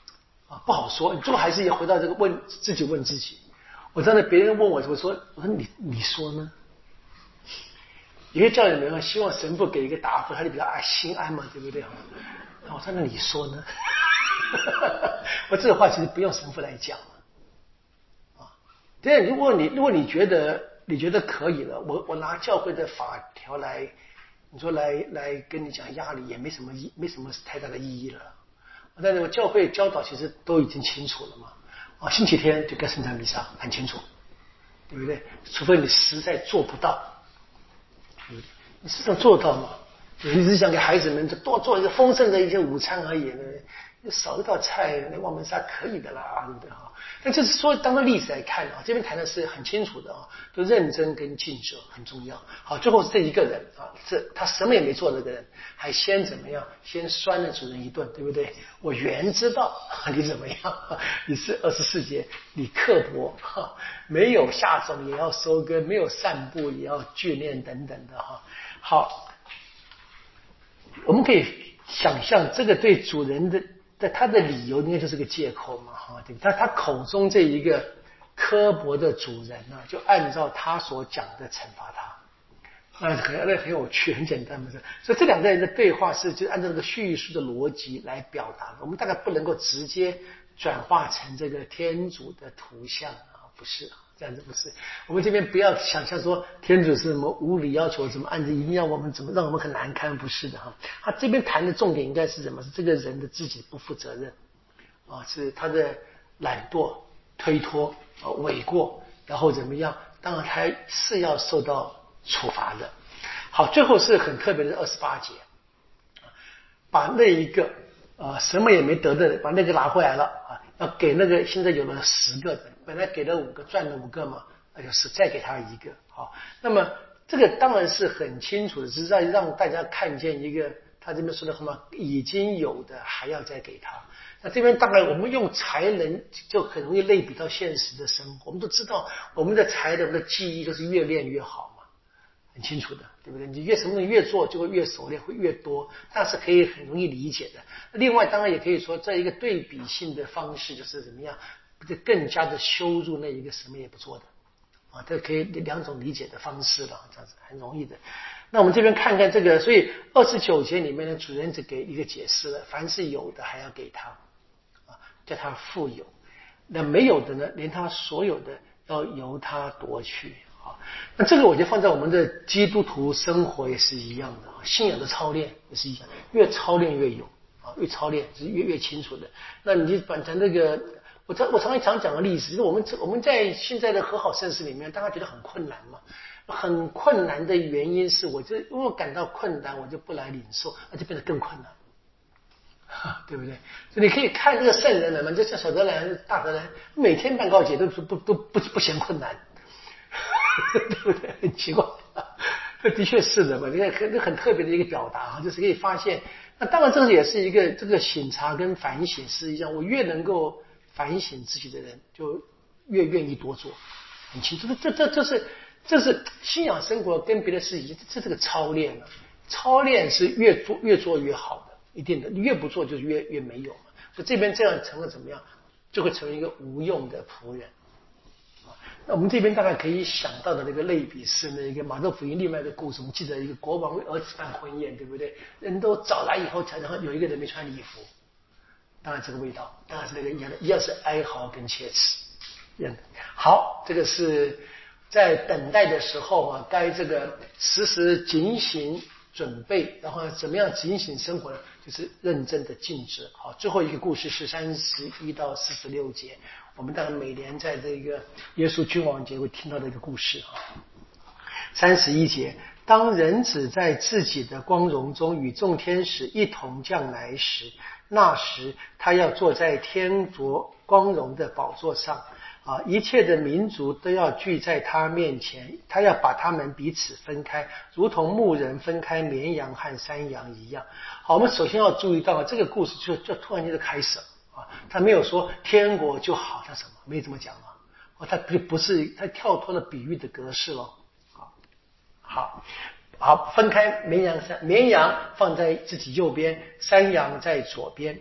啊，不好说。你最后还是要回到这个问自己问自己。我真的别人问我，我说我说你你说呢？有些教育人希望神父给一个答复，他就比较心安嘛，对不对？我说那你说呢？我这个话其实不用神父来讲啊。对，如果你如果你觉得你觉得可以了，我我拿教会的法条来，你说来来跟你讲压力也没什么意没什么太大的意义了。但是我教会教导其实都已经清楚了嘛。啊，星期天就该圣餐弥撒，很清楚，对不对？除非你实在做不到，对不对？你实在做到吗？你只是想给孩子们就多做一个丰盛的一些午餐而已呢，少一道菜，那望门沙可以的啦，对不对哈？但就是说，当个例子来看啊，这边谈的是很清楚的啊，就认真跟尽责很重要。好，最后是这一个人啊，这他什么也没做的这个人，还先怎么样？先酸了主人一顿，对不对？我原知道你怎么样，你是二十四节，你刻薄哈，没有下种也要收割，没有散步也要聚练等等的哈。好。我们可以想象，这个对主人的的他的理由应该就是个借口嘛，哈，对不对？他他口中这一个刻薄的主人呢、啊，就按照他所讲的惩罚他，那很那很有趣，很简单，不是？所以这两个人的对话是就按照这个叙述的逻辑来表达的。我们大概不能够直接转化成这个天主的图像啊，不是。这样子不是，我们这边不要想象说天主是什么无理要求，怎么按着一定要我们怎么让我们很难堪，不是的哈。他这边谈的重点应该是什么？是这个人的自己不负责任啊，是他的懒惰、推脱、啊诿过，然后怎么样？当然他是要受到处罚的。好，最后是很特别的二十八节，把那一个呃什么也没得的，把那个拿回来了啊，要给那个现在有了十个人。本来给了五个，赚了五个嘛，那就是再给他一个。好，那么这个当然是很清楚的，是在让大家看见一个他这边说的什么已经有的还要再给他。那这边当然我们用才能就很容易类比到现实的生活，我们都知道我们的才能的记忆都是越练越好嘛，很清楚的，对不对？你越什么东西越做就会越熟练，会越多，但是可以很容易理解的。另外当然也可以说这一个对比性的方式就是怎么样这更加的羞辱那一个什么也不做的啊，这可以两种理解的方式了，这样子很容易的。那我们这边看看这个，所以二十九节里面呢，主人只给一个解释了，凡是有的还要给他啊，叫他富有；那没有的呢，连他所有的要由他夺去啊。那这个我觉得放在我们的基督徒生活也是一样的，信仰的操练也是一样，越操练越有啊，越操练是越越清楚的。那你就反正那个。我常我常常常讲个例子，就是我们我们在现在的和好盛世里面，大家觉得很困难嘛，很困难的原因是，我就因为我感到困难，我就不来领受，那就变得更困难，对不对？所以你可以看这个圣人们嘛，就像小德兰、大德兰，每天办告解都不不不不不嫌困难，对不对？很奇怪，这的确是的嘛，你看很很特别的一个表达啊，就是可以发现，那当然这也是一个这个省察跟反省是一样，我越能够。反省自己的人就越愿意多做，很清楚。这这这是这是信仰生活跟别的事情，这这个操练啊，操练是越做越做越好的，一定的。你越不做就是越越没有嘛。所以这边这样成了怎么样，就会成为一个无用的仆人。那我们这边大概可以想到的那个类比是那个马太福音另外一个故事，我们记得一个国王为儿子办婚宴，对不对？人都找来以后才，然后有一个人没穿礼服。当然这个味道，当然是那个一样的，一样是哀嚎跟切齿，一样的。好，这个是在等待的时候啊，该这个时时警醒准备，然后怎么样警醒生活呢？就是认真的尽职。好，最后一个故事是三十一到四十六节，我们当然每年在这个耶稣君王节会听到的一个故事啊。三十一节，当人子在自己的光荣中与众天使一同降来时，那时他要坐在天国光荣的宝座上啊，一切的民族都要聚在他面前，他要把他们彼此分开，如同牧人分开绵羊和山羊一样。好，我们首先要注意到这个故事就就突然间就开始了啊，他没有说天国就好像什么，没这么讲啊，哦，他不不是他跳脱了比喻的格式咯。好，好，分开绵羊山，绵羊放在自己右边，山羊在左边。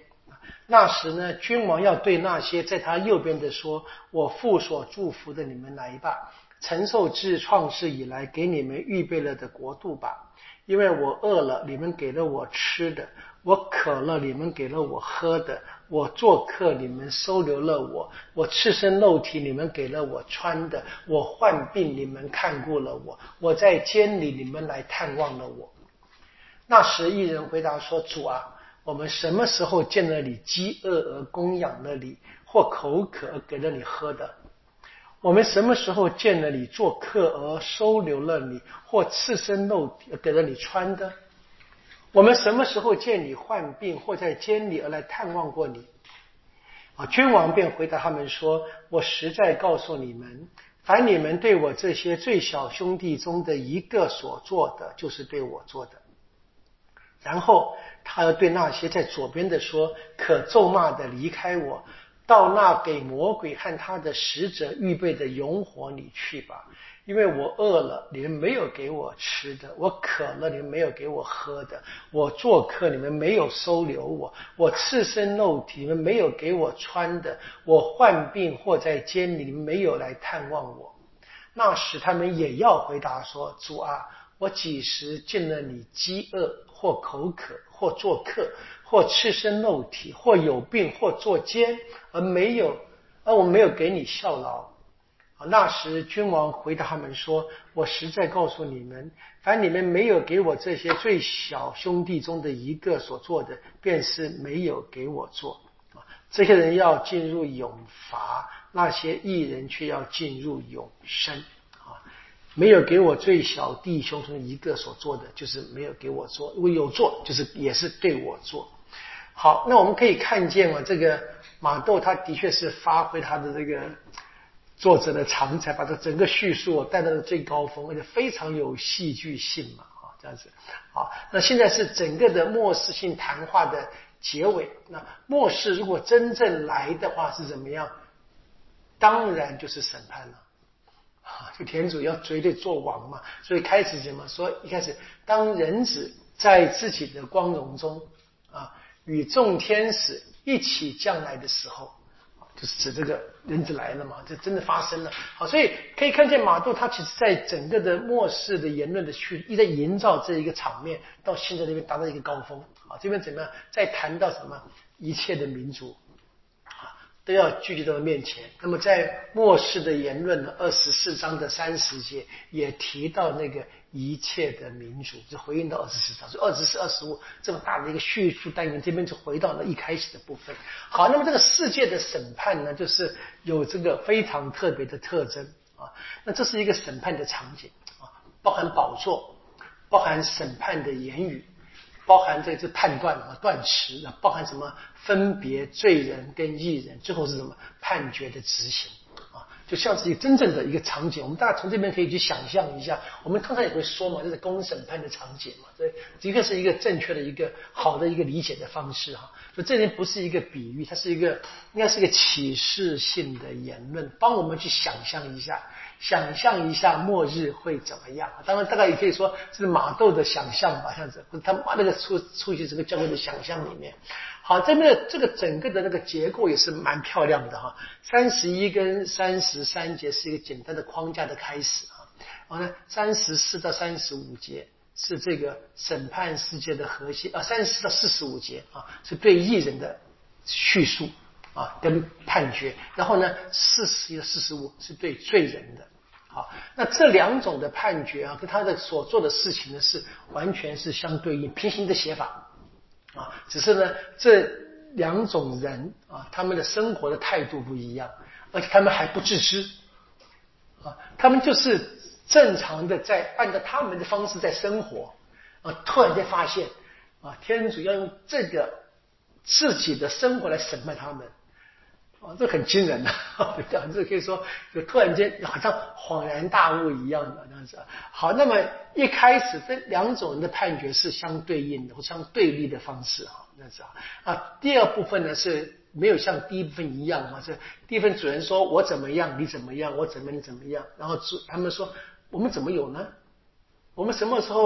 那时呢，君王要对那些在他右边的说：我父所祝福的，你们来吧，承受自创世以来给你们预备了的国度吧。因为我饿了，你们给了我吃的；我渴了，你们给了我喝的；我做客，你们收留了我；我赤身露体，你们给了我穿的；我患病，你们看顾了我；我在监里，你们来探望了我。那时义人回答说：主啊，我们什么时候见了你饥饿而供养了你，或口渴而给了你喝的？我们什么时候见了你做客而收留了你，或赤身露体而给了你穿的？我们什么时候见你患病，或在监里而来探望过你？啊，君王便回答他们说：我实在告诉你们，凡你们对我这些最小兄弟中的一个所做的，就是对我做的。然后他要对那些在左边的说：可咒骂的离开我，到那给魔鬼和他的使者预备的永火里去吧。因为我饿了，你们没有给我吃的；我渴了，你们没有给我喝的；我做客，你们没有收留我；我赤身露体，你们没有给我穿的；我患病或在监里，你们没有来探望我。那时他们也要回答说：主啊，我几时见了你饥饿，或口渴，或做客，或赤身露体，或有病，或坐监，而没有而我没有给你效劳？那时君王回答他们说：我实在告诉你们，凡你们没有给我这些最小兄弟中的一个所做的，便是没有给我做。这些人要进入永罚，那些义人却要进入永生。没有给我最小弟兄中一个所做的，就是没有给我做；如果有做，就是也是对我做。好，那我们可以看见嘛，这个马窦他的确是发挥他的这个作者的长才，把这整个叙述带到了最高峰，而且非常有戏剧性嘛，啊，这样子。好，那现在是整个的末世性谈话的结尾。那末世如果真正来的话是怎么样？当然就是审判了。就天主要绝对做王嘛，所以开始什么说？一开始当人子在自己的光荣中啊，与众天使一起降来的时候，就是指这个人子来了嘛，这真的发生了。好，所以可以看见马窦他其实在整个的末世的言论的去一直在营造这一个场面，到现在这边达到一个高峰。好，这边怎么样？再谈到什么？一切的民族都要聚集到面前。那么在末世的言论呢，二十四章的三十节也提到那个一切的民族，就回应到二十四章，所以二十四、二十五这么大的一个叙述单元，这边就回到了一开始的部分。好，那么这个世界的审判呢，就是有这个非常特别的特征啊。那这是一个审判的场景啊，包含宝座，包含审判的言语，包含这这判断啊断词啊，包含什么分别罪人跟义人，最后是什么判决的执行啊，就像是一个真正的一个场景。我们大家从这边可以去想象一下，我们通常也会说嘛，这是公审判的场景嘛，这的确是一个正确的一个好的一个理解的方式哈。所以这里不是一个比喻，它是一个应该是一个启示性的言论，帮我们去想象一下。想象一下末日会怎么样？当然，大概也可以说是马窦的想象吧，这样子，他那个出出去这个教会的想象里面。好，这边的这个整个的那个结构也是蛮漂亮的哈。三十一跟三十三节是一个简单的框架的开始啊，然后呢，三十四到三十五节是这个审判世界的核心啊，三十四到四十五节啊是对义人的叙述啊跟判决，然后呢，四十一到四十五是对罪人的。好，那这两种的判决啊，跟他的所做的事情呢，是完全是相对应、平行的写法啊。只是呢，这两种人啊，他们的生活的态度不一样，而且他们还不自知啊，他们就是正常的在按照他们的方式在生活啊，突然间发现啊，天主要用这个自己的生活来审判他们。哦，这很惊人的，这样子可以说，就突然间好像恍然大悟一样的这样子。好，那么一开始这两种人的判决是相对应的或相对立的方式哈，这样子啊。啊，第二部分呢是没有像第一部分一样啊，是第一部分主人说我怎么样你怎么样，我怎么你怎么样，然后他们说我们怎么有呢？我们什么时候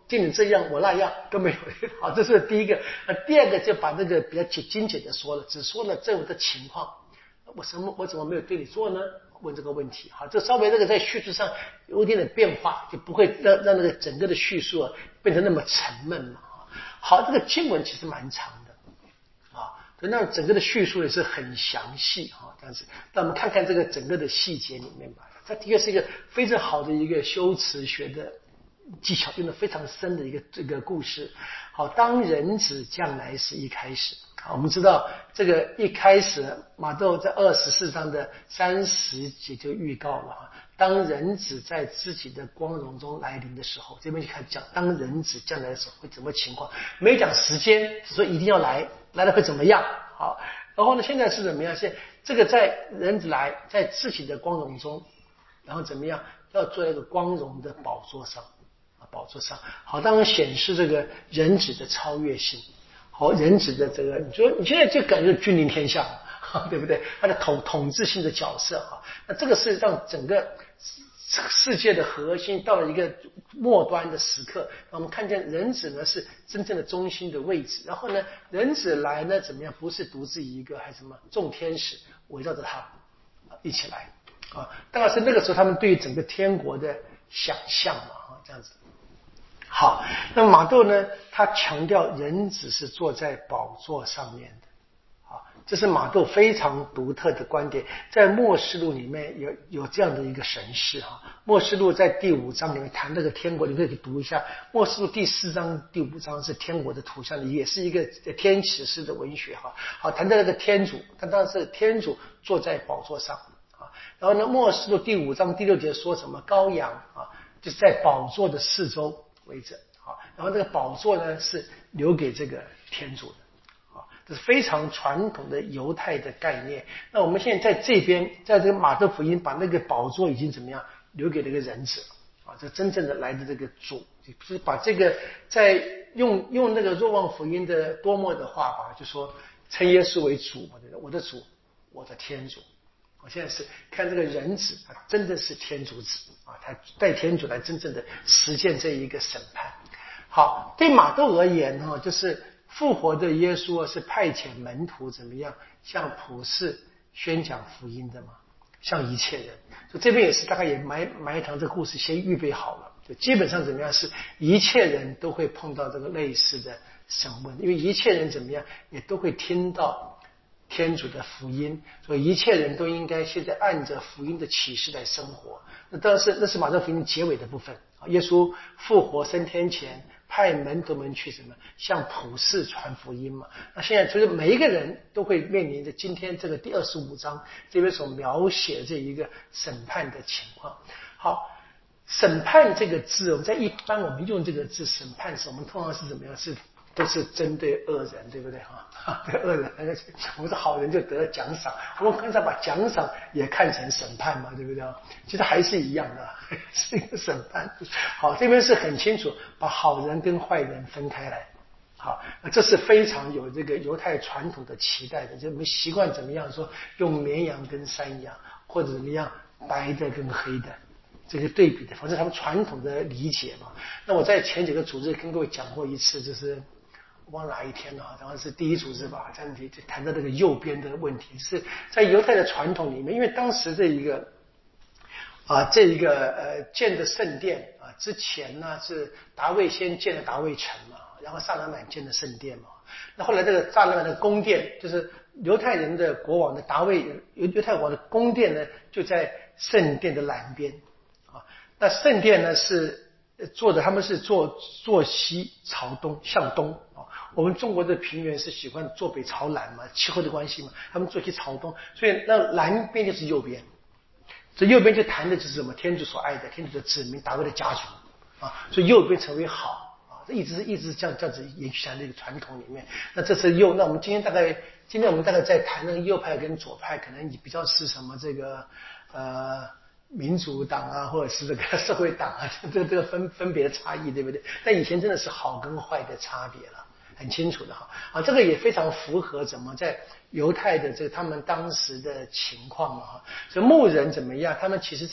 见你这样我那样都没有。好，这是第一个。那第二个就把这个比较精简的说了，只说了这样的情况。我什么我怎么没有对你做呢？问这个问题。好，这稍微这个在叙述上有一点点变化，就不会让让那个整个的叙述啊变成那么沉闷嘛。好，这个经文其实蛮长的啊，那整个的叙述也是很详细哈，这样子。那我们看看这个整个的细节里面吧。它的确是一个非常好的一个修辞学的技巧，用的非常深的一个这个故事。好，当人子将来时一开始，好，我们知道这个一开始马窦在二十四章的三十节就预告了哈，当人子在自己的光荣中来临的时候，这边就开始讲当人子将来的时候会怎么情况，没讲时间，只说一定要来，来了会怎么样。好，然后呢，现在是怎么样？现这个在人子来，在自己的光荣中。然后怎么样？要坐在一个光荣的宝座上啊，宝座上。好，当然显示这个人子的超越性。好，人子的这个，你说你现在就感觉君临天下，对不对？他的统统治性的角色啊，那这个是让整个世界的核心到了一个末端的时刻。我们看见人子呢是真正的中心的位置，然后呢，人子来呢怎么样？不是独自一个，还是什么众天使围绕着他一起来。啊，当然是那个时候他们对于整个天国的想象嘛，啊，这样子。好，那么马窦呢，他强调人子是坐在宝座上面的，啊，这是马窦非常独特的观点，在默示录里面有有这样的一个神视哈。默示录在第五章里面谈这个天国，你可以读一下。默示录第四章、第五章是天国的图像，也是一个天启式的文学哈。好，谈到那个天主，他当然是天主坐在宝座上。然后呢，默示录第五章第六节说什么？羔羊啊，就是在宝座的四周围着啊。然后这个宝座呢是留给这个天主的啊，这是非常传统的犹太的概念。那我们现在在这边，在这个马太福音把那个宝座已经怎么样留给这个人子啊？这真正的来的这个主，就是把这个在用用那个若望福音的多默的话吧，就说称耶稣为主，我的主，我的天主。我现在是看这个人子，他真的是天主子啊，他带天主来真正的实践这一个审判。好，对马窦而言哈，就是复活的耶稣是派遣门徒怎么样向普世宣讲福音的嘛，向一切人。所以这边也是大概也埋埋一堂这个故事先预备好了，就基本上怎么样是一切人都会碰到这个类似的审问，因为一切人怎么样也都会听到天主的福音，所以一切人都应该现在按着福音的启示来生活。那当然是那是马太福音结尾的部分。耶稣复活升天前，派门徒们去什么向普世传福音嘛。那现在就是每一个人都会面临着今天这个第二十五章这边所描写的这一个审判的情况。好，审判这个字，我们在一般我们用这个字审判时，我们通常是怎么样？是都是针对恶人，对不对哈？对恶人，我们是好人就得了奖赏，我们刚才把奖赏也看成审判嘛，对不对？其实还是一样的，是一个审判。好，这边是很清楚把好人跟坏人分开来。好，这是非常有这个犹太传统的期待的，就我们习惯怎么样说用绵羊跟山羊，或者怎么样白的跟黑的。这个对比的，反正他们传统的理解嘛。那我在前几个组织跟各位讲过一次，就是忘了哪一天了，好像是第一组织吧，这样子谈到这个右边的问题，是在犹太的传统里面，因为当时这一个啊，这一个呃建的圣殿啊，之前呢是大卫先建了大卫城嘛，然后萨勒曼建的圣殿嘛。那后来这个萨勒曼的宫殿，就是犹太人的国王的大卫犹犹太国王的宫殿呢，就在圣殿的南边啊。那圣殿呢是做的，他们是坐坐西朝东，向东啊。我们中国的平原是喜欢坐北朝南嘛，气候的关系嘛，他们坐西朝东，所以那南边就是右边。这右边就谈的就是什么？天主所爱的，天主的子民，大卫的家族啊，所以右边成为好啊，这一直是一直是这样这样子延续下来的一个传统里面。那这是右，那我们今天大概今天我们大概在谈那个右派跟左派，可能比较是什么这个呃民主党啊，或者是这个社会党啊，这这个分分别的差异，对不对？但以前真的是好跟坏的差别了。很清楚的哈啊，这个也非常符合怎么在犹太的这个他们当时的情况嘛哈。所以牧人怎么样？他们其实在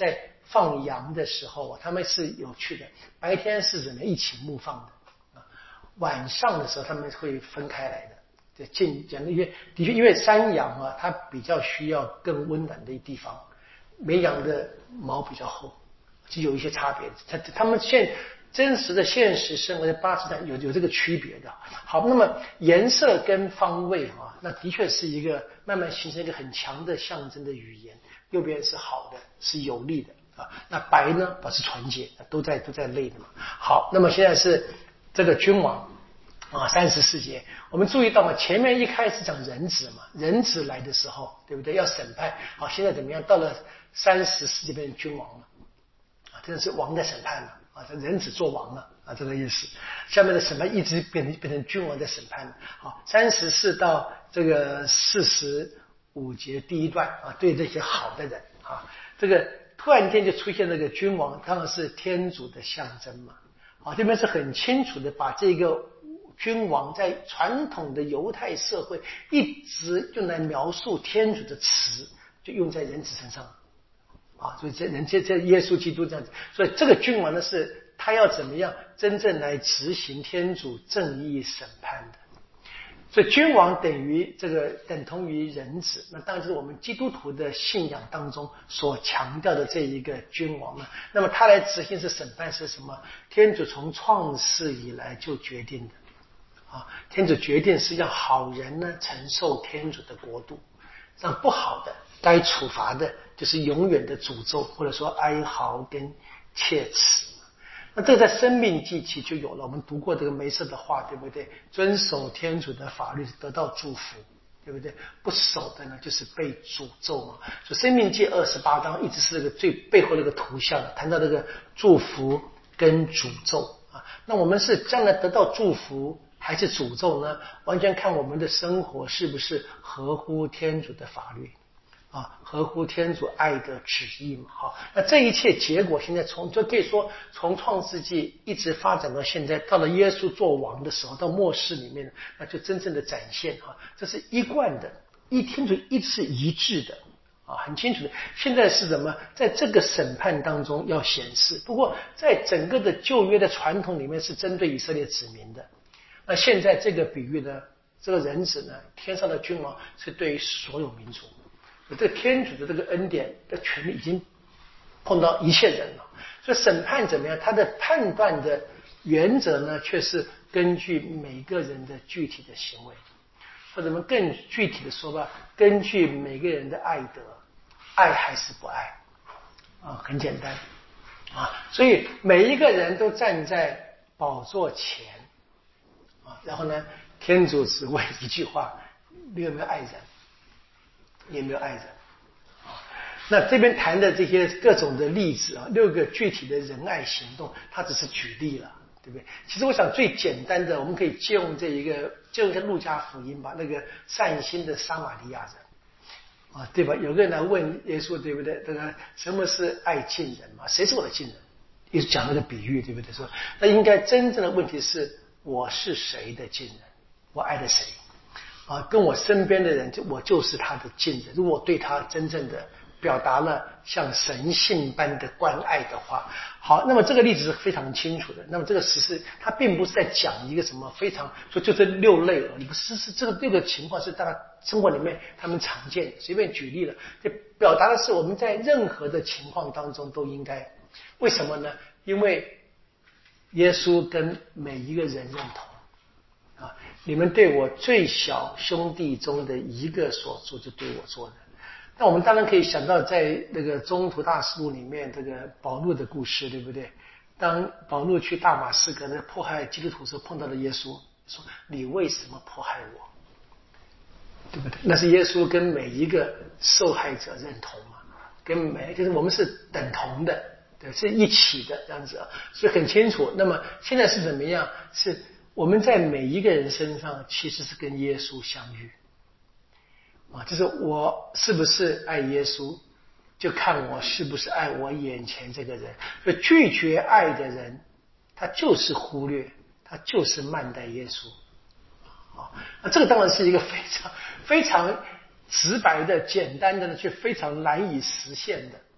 放羊的时候，他们是有趣的，白天是人们一起牧放的，晚上的时候他们会分开来的。这进讲的，因为的确，因为山羊啊，它比较需要更温暖的地方，绵羊的毛比较厚，就有一些差别。它他们现真实的现实生活在巴基斯坦有有这个区别的。好，那么颜色跟方位啊，那的确是一个慢慢形成一个很强的象征的语言。右边是好的，是有利的啊。那白呢，表示团结，都在都在类的嘛。好，那么现在是这个君王。啊，三十四节，我们注意到嘛，前面一开始讲人子嘛，人子来的时候，对不对？要审判。好，现在怎么样？到了三十四节变成君王了，啊，真的是王在审判了啊，这人子做王了啊，这个意思。下面的审判一直变成变成君王在审判了。好，三十四到这个四十五节第一段啊，对这些好的人啊，这个突然间就出现那个君王，当然是天主的象征嘛。啊，这边是很清楚的把这个。君王在传统的犹太社会一直用来描述天主的词，就用在人子身上啊，所以这人这这耶稣基督这样子，所以这个君王呢是他要怎么样真正来执行天主正义审判的，所以君王等于这个等同于人子，那当然是我们基督徒的信仰当中所强调的这一个君王呢。那么他来执行是审判是什么？天主从创世以来就决定的。啊，天主决定是让好人呢承受天主的国度，让不好的该处罚的就是永远的诅咒，或者说哀嚎跟切齿。那这个在生命记期就有了，我们读过这个梅瑟的话，对不对？遵守天主的法律得到祝福，对不对？不守的呢就是被诅咒嘛。所以生命记二十八章一直是这个最背后那个图像，谈到这个祝福跟诅咒啊。那我们是将来得到祝福还是诅咒呢？完全看我们的生活是不是合乎天主的法律啊，合乎天主爱的旨意嘛。好，那这一切结果现在从就可以说从创世纪一直发展到现在，到了耶稣做王的时候，到末世里面，那就真正的展现哈，这是一贯的，一天主一直是一致的。啊，很清楚的。现在是什么？在这个审判当中要显示。不过，在整个的旧约的传统里面，是针对以色列子民的。那现在这个比喻呢，这个人子呢，天上的君王是对于所有民族，这个天主的这个恩典的权利已经碰到一切人了。所以审判怎么样？他的判断的原则呢，却是根据每个人的具体的行为，或者我们更具体的说吧，根据每个人的爱德，爱还是不爱啊？很简单啊，所以每一个人都站在宝座前。然后呢，天主只问一句话：你有没有爱人？你有没有爱人？那这边谈的这些各种的例子啊，六个具体的仁爱行动，它只是举例了，对不对？其实我想最简单的，我们可以借用这一个，借用一下路加福音吧，那个善心的撒玛利亚人啊，对吧？有个人来问耶稣，对不对？这个什么是爱近人嘛？谁是我的近人？耶稣讲那个比喻，对不对？说那应该真正的问题是。我是谁的近人？我爱的谁？啊，跟我身边的人，就我就是他的近人。如果我对他真正的表达了像神性般的关爱的话，好，那么这个例子是非常清楚的。那么这个实施，它并不是在讲一个什么非常说就这六类而已，不是，是这个六个情况是大家生活里面他们常见，随便举例了，就表达的是我们在任何的情况当中都应该。为什么呢？因为耶稣跟每一个人认同啊，你们对我最小兄弟中的一个所做，就对我做的。那我们当然可以想到，在那个中途大事录里面，这个保禄的故事，对不对？当保禄去大马士革的迫害基督徒时候，碰到了耶稣，说：“你为什么迫害我？”对不对？那是耶稣跟每一个受害者认同嘛，跟每就是我们是等同的。对，是一起的这样子啊，所以很清楚。那么现在是怎么样？是我们在每一个人身上其实是跟耶稣相遇啊，就是我是不是爱耶稣，就看我是不是爱我眼前这个人。所以拒绝爱的人，他就是忽略，他就是慢待耶稣啊。那这个当然是一个非常非常直白的、简单的，却非常难以实现的。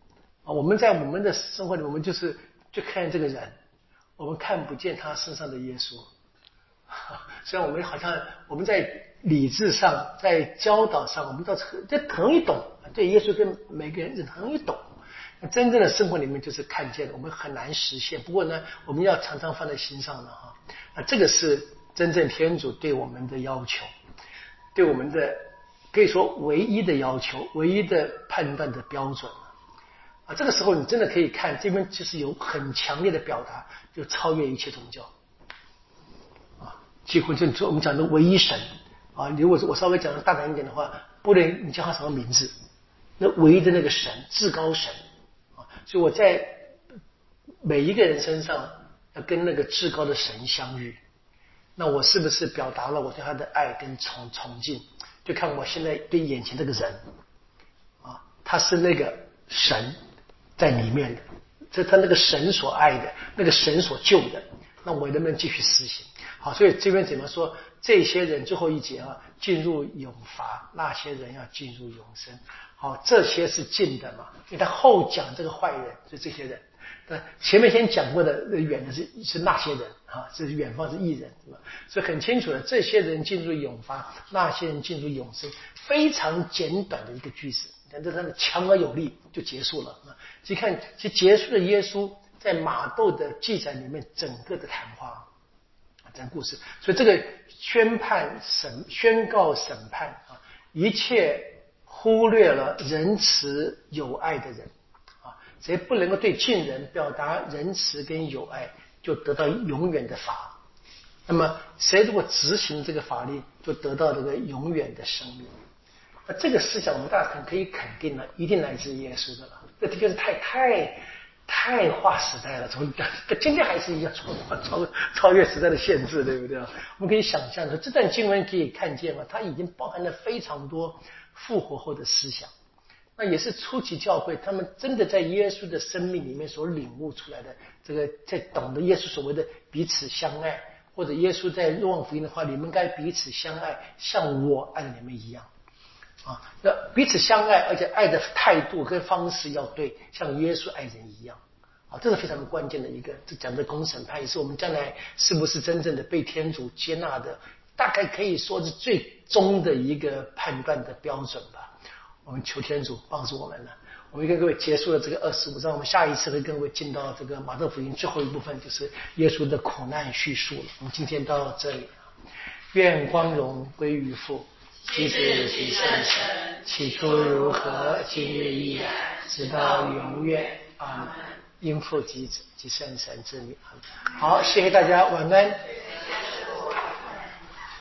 啊，我们在我们的生活里，我们就是就看这个人，我们看不见他身上的耶稣。虽然我们好像我们在理智上，在教导上，我们都这很容易懂，对耶稣跟每个人很容易懂。真正的生活里面就是看见，我们很难实现。不过呢，我们要常常放在心上的哈。那这个是真正天主对我们的要求，对我们的可以说唯一的要求，唯一的判断的标准啊。这个时候你真的可以看这边，其实有很强烈的表达，就超越一切宗教啊，几乎就我们讲的唯一神啊。如果我稍微讲的大胆一点的话，不论你叫他什么名字，那唯一的那个神，至高神。所以我在每一个人身上要跟那个至高的神相遇，那我是不是表达了我对他的爱跟崇崇敬？就看我现在对眼前这个人啊，他是那个神在里面的，这他那个神所爱的，那个神所救的，那我能不能继续实行？好，所以这边怎么说？这些人最后一节啊，进入永罚，那些人要进入永生。好，这些是近的嘛，因为他后讲这个坏人，所以这些人。那前面先讲过的远的是是那些人啊，这是远方是异人，是吧？所以很清楚的，这些人进入永罚，那些人进入永生，非常简短的一个句子，但是它的强而有力就结束了。其实看，其实结束了耶稣在马窦的记载里面整个的谈话。整个故事，所以这个宣判审宣告审判啊，一切忽略了仁慈有爱的人啊，谁不能够对近人表达仁慈跟有爱，就得到永远的罚。那么谁如果执行这个法律，就得到这个永远的生命。那这个思想我们大家可以肯定了，一定来自耶稣的了。这的确是太太。太划时代了，从今天还是一样超超超越时代的限制，对不对？我们可以想象的，这段经文可以看见嘛，它已经包含了非常多复活后的思想，那也是初期教会他们真的在耶稣的生命里面所领悟出来的，这个在懂得耶稣所谓的彼此相爱，或者耶稣在若望福音的话，你们该彼此相爱，像我爱你们一样。啊，那彼此相爱，而且爱的态度跟方式要对，像耶稣爱人一样。啊，这是非常关键的一个，这讲的公审判也是我们将来是不是真正的被天主接纳的，大概可以说是最终的一个判断的标准吧。我们求天主帮助我们了。我们跟各位结束了这个二十五章，我们下一次会跟各位进到这个马窦福音最后一部分，就是耶稣的苦难叙述了。我们今天到这里，愿光荣归于父。其子及圣神，起初如何，今日亦然，直到永远。阿们。因父及子及圣神之名。好，谢谢大家，晚安。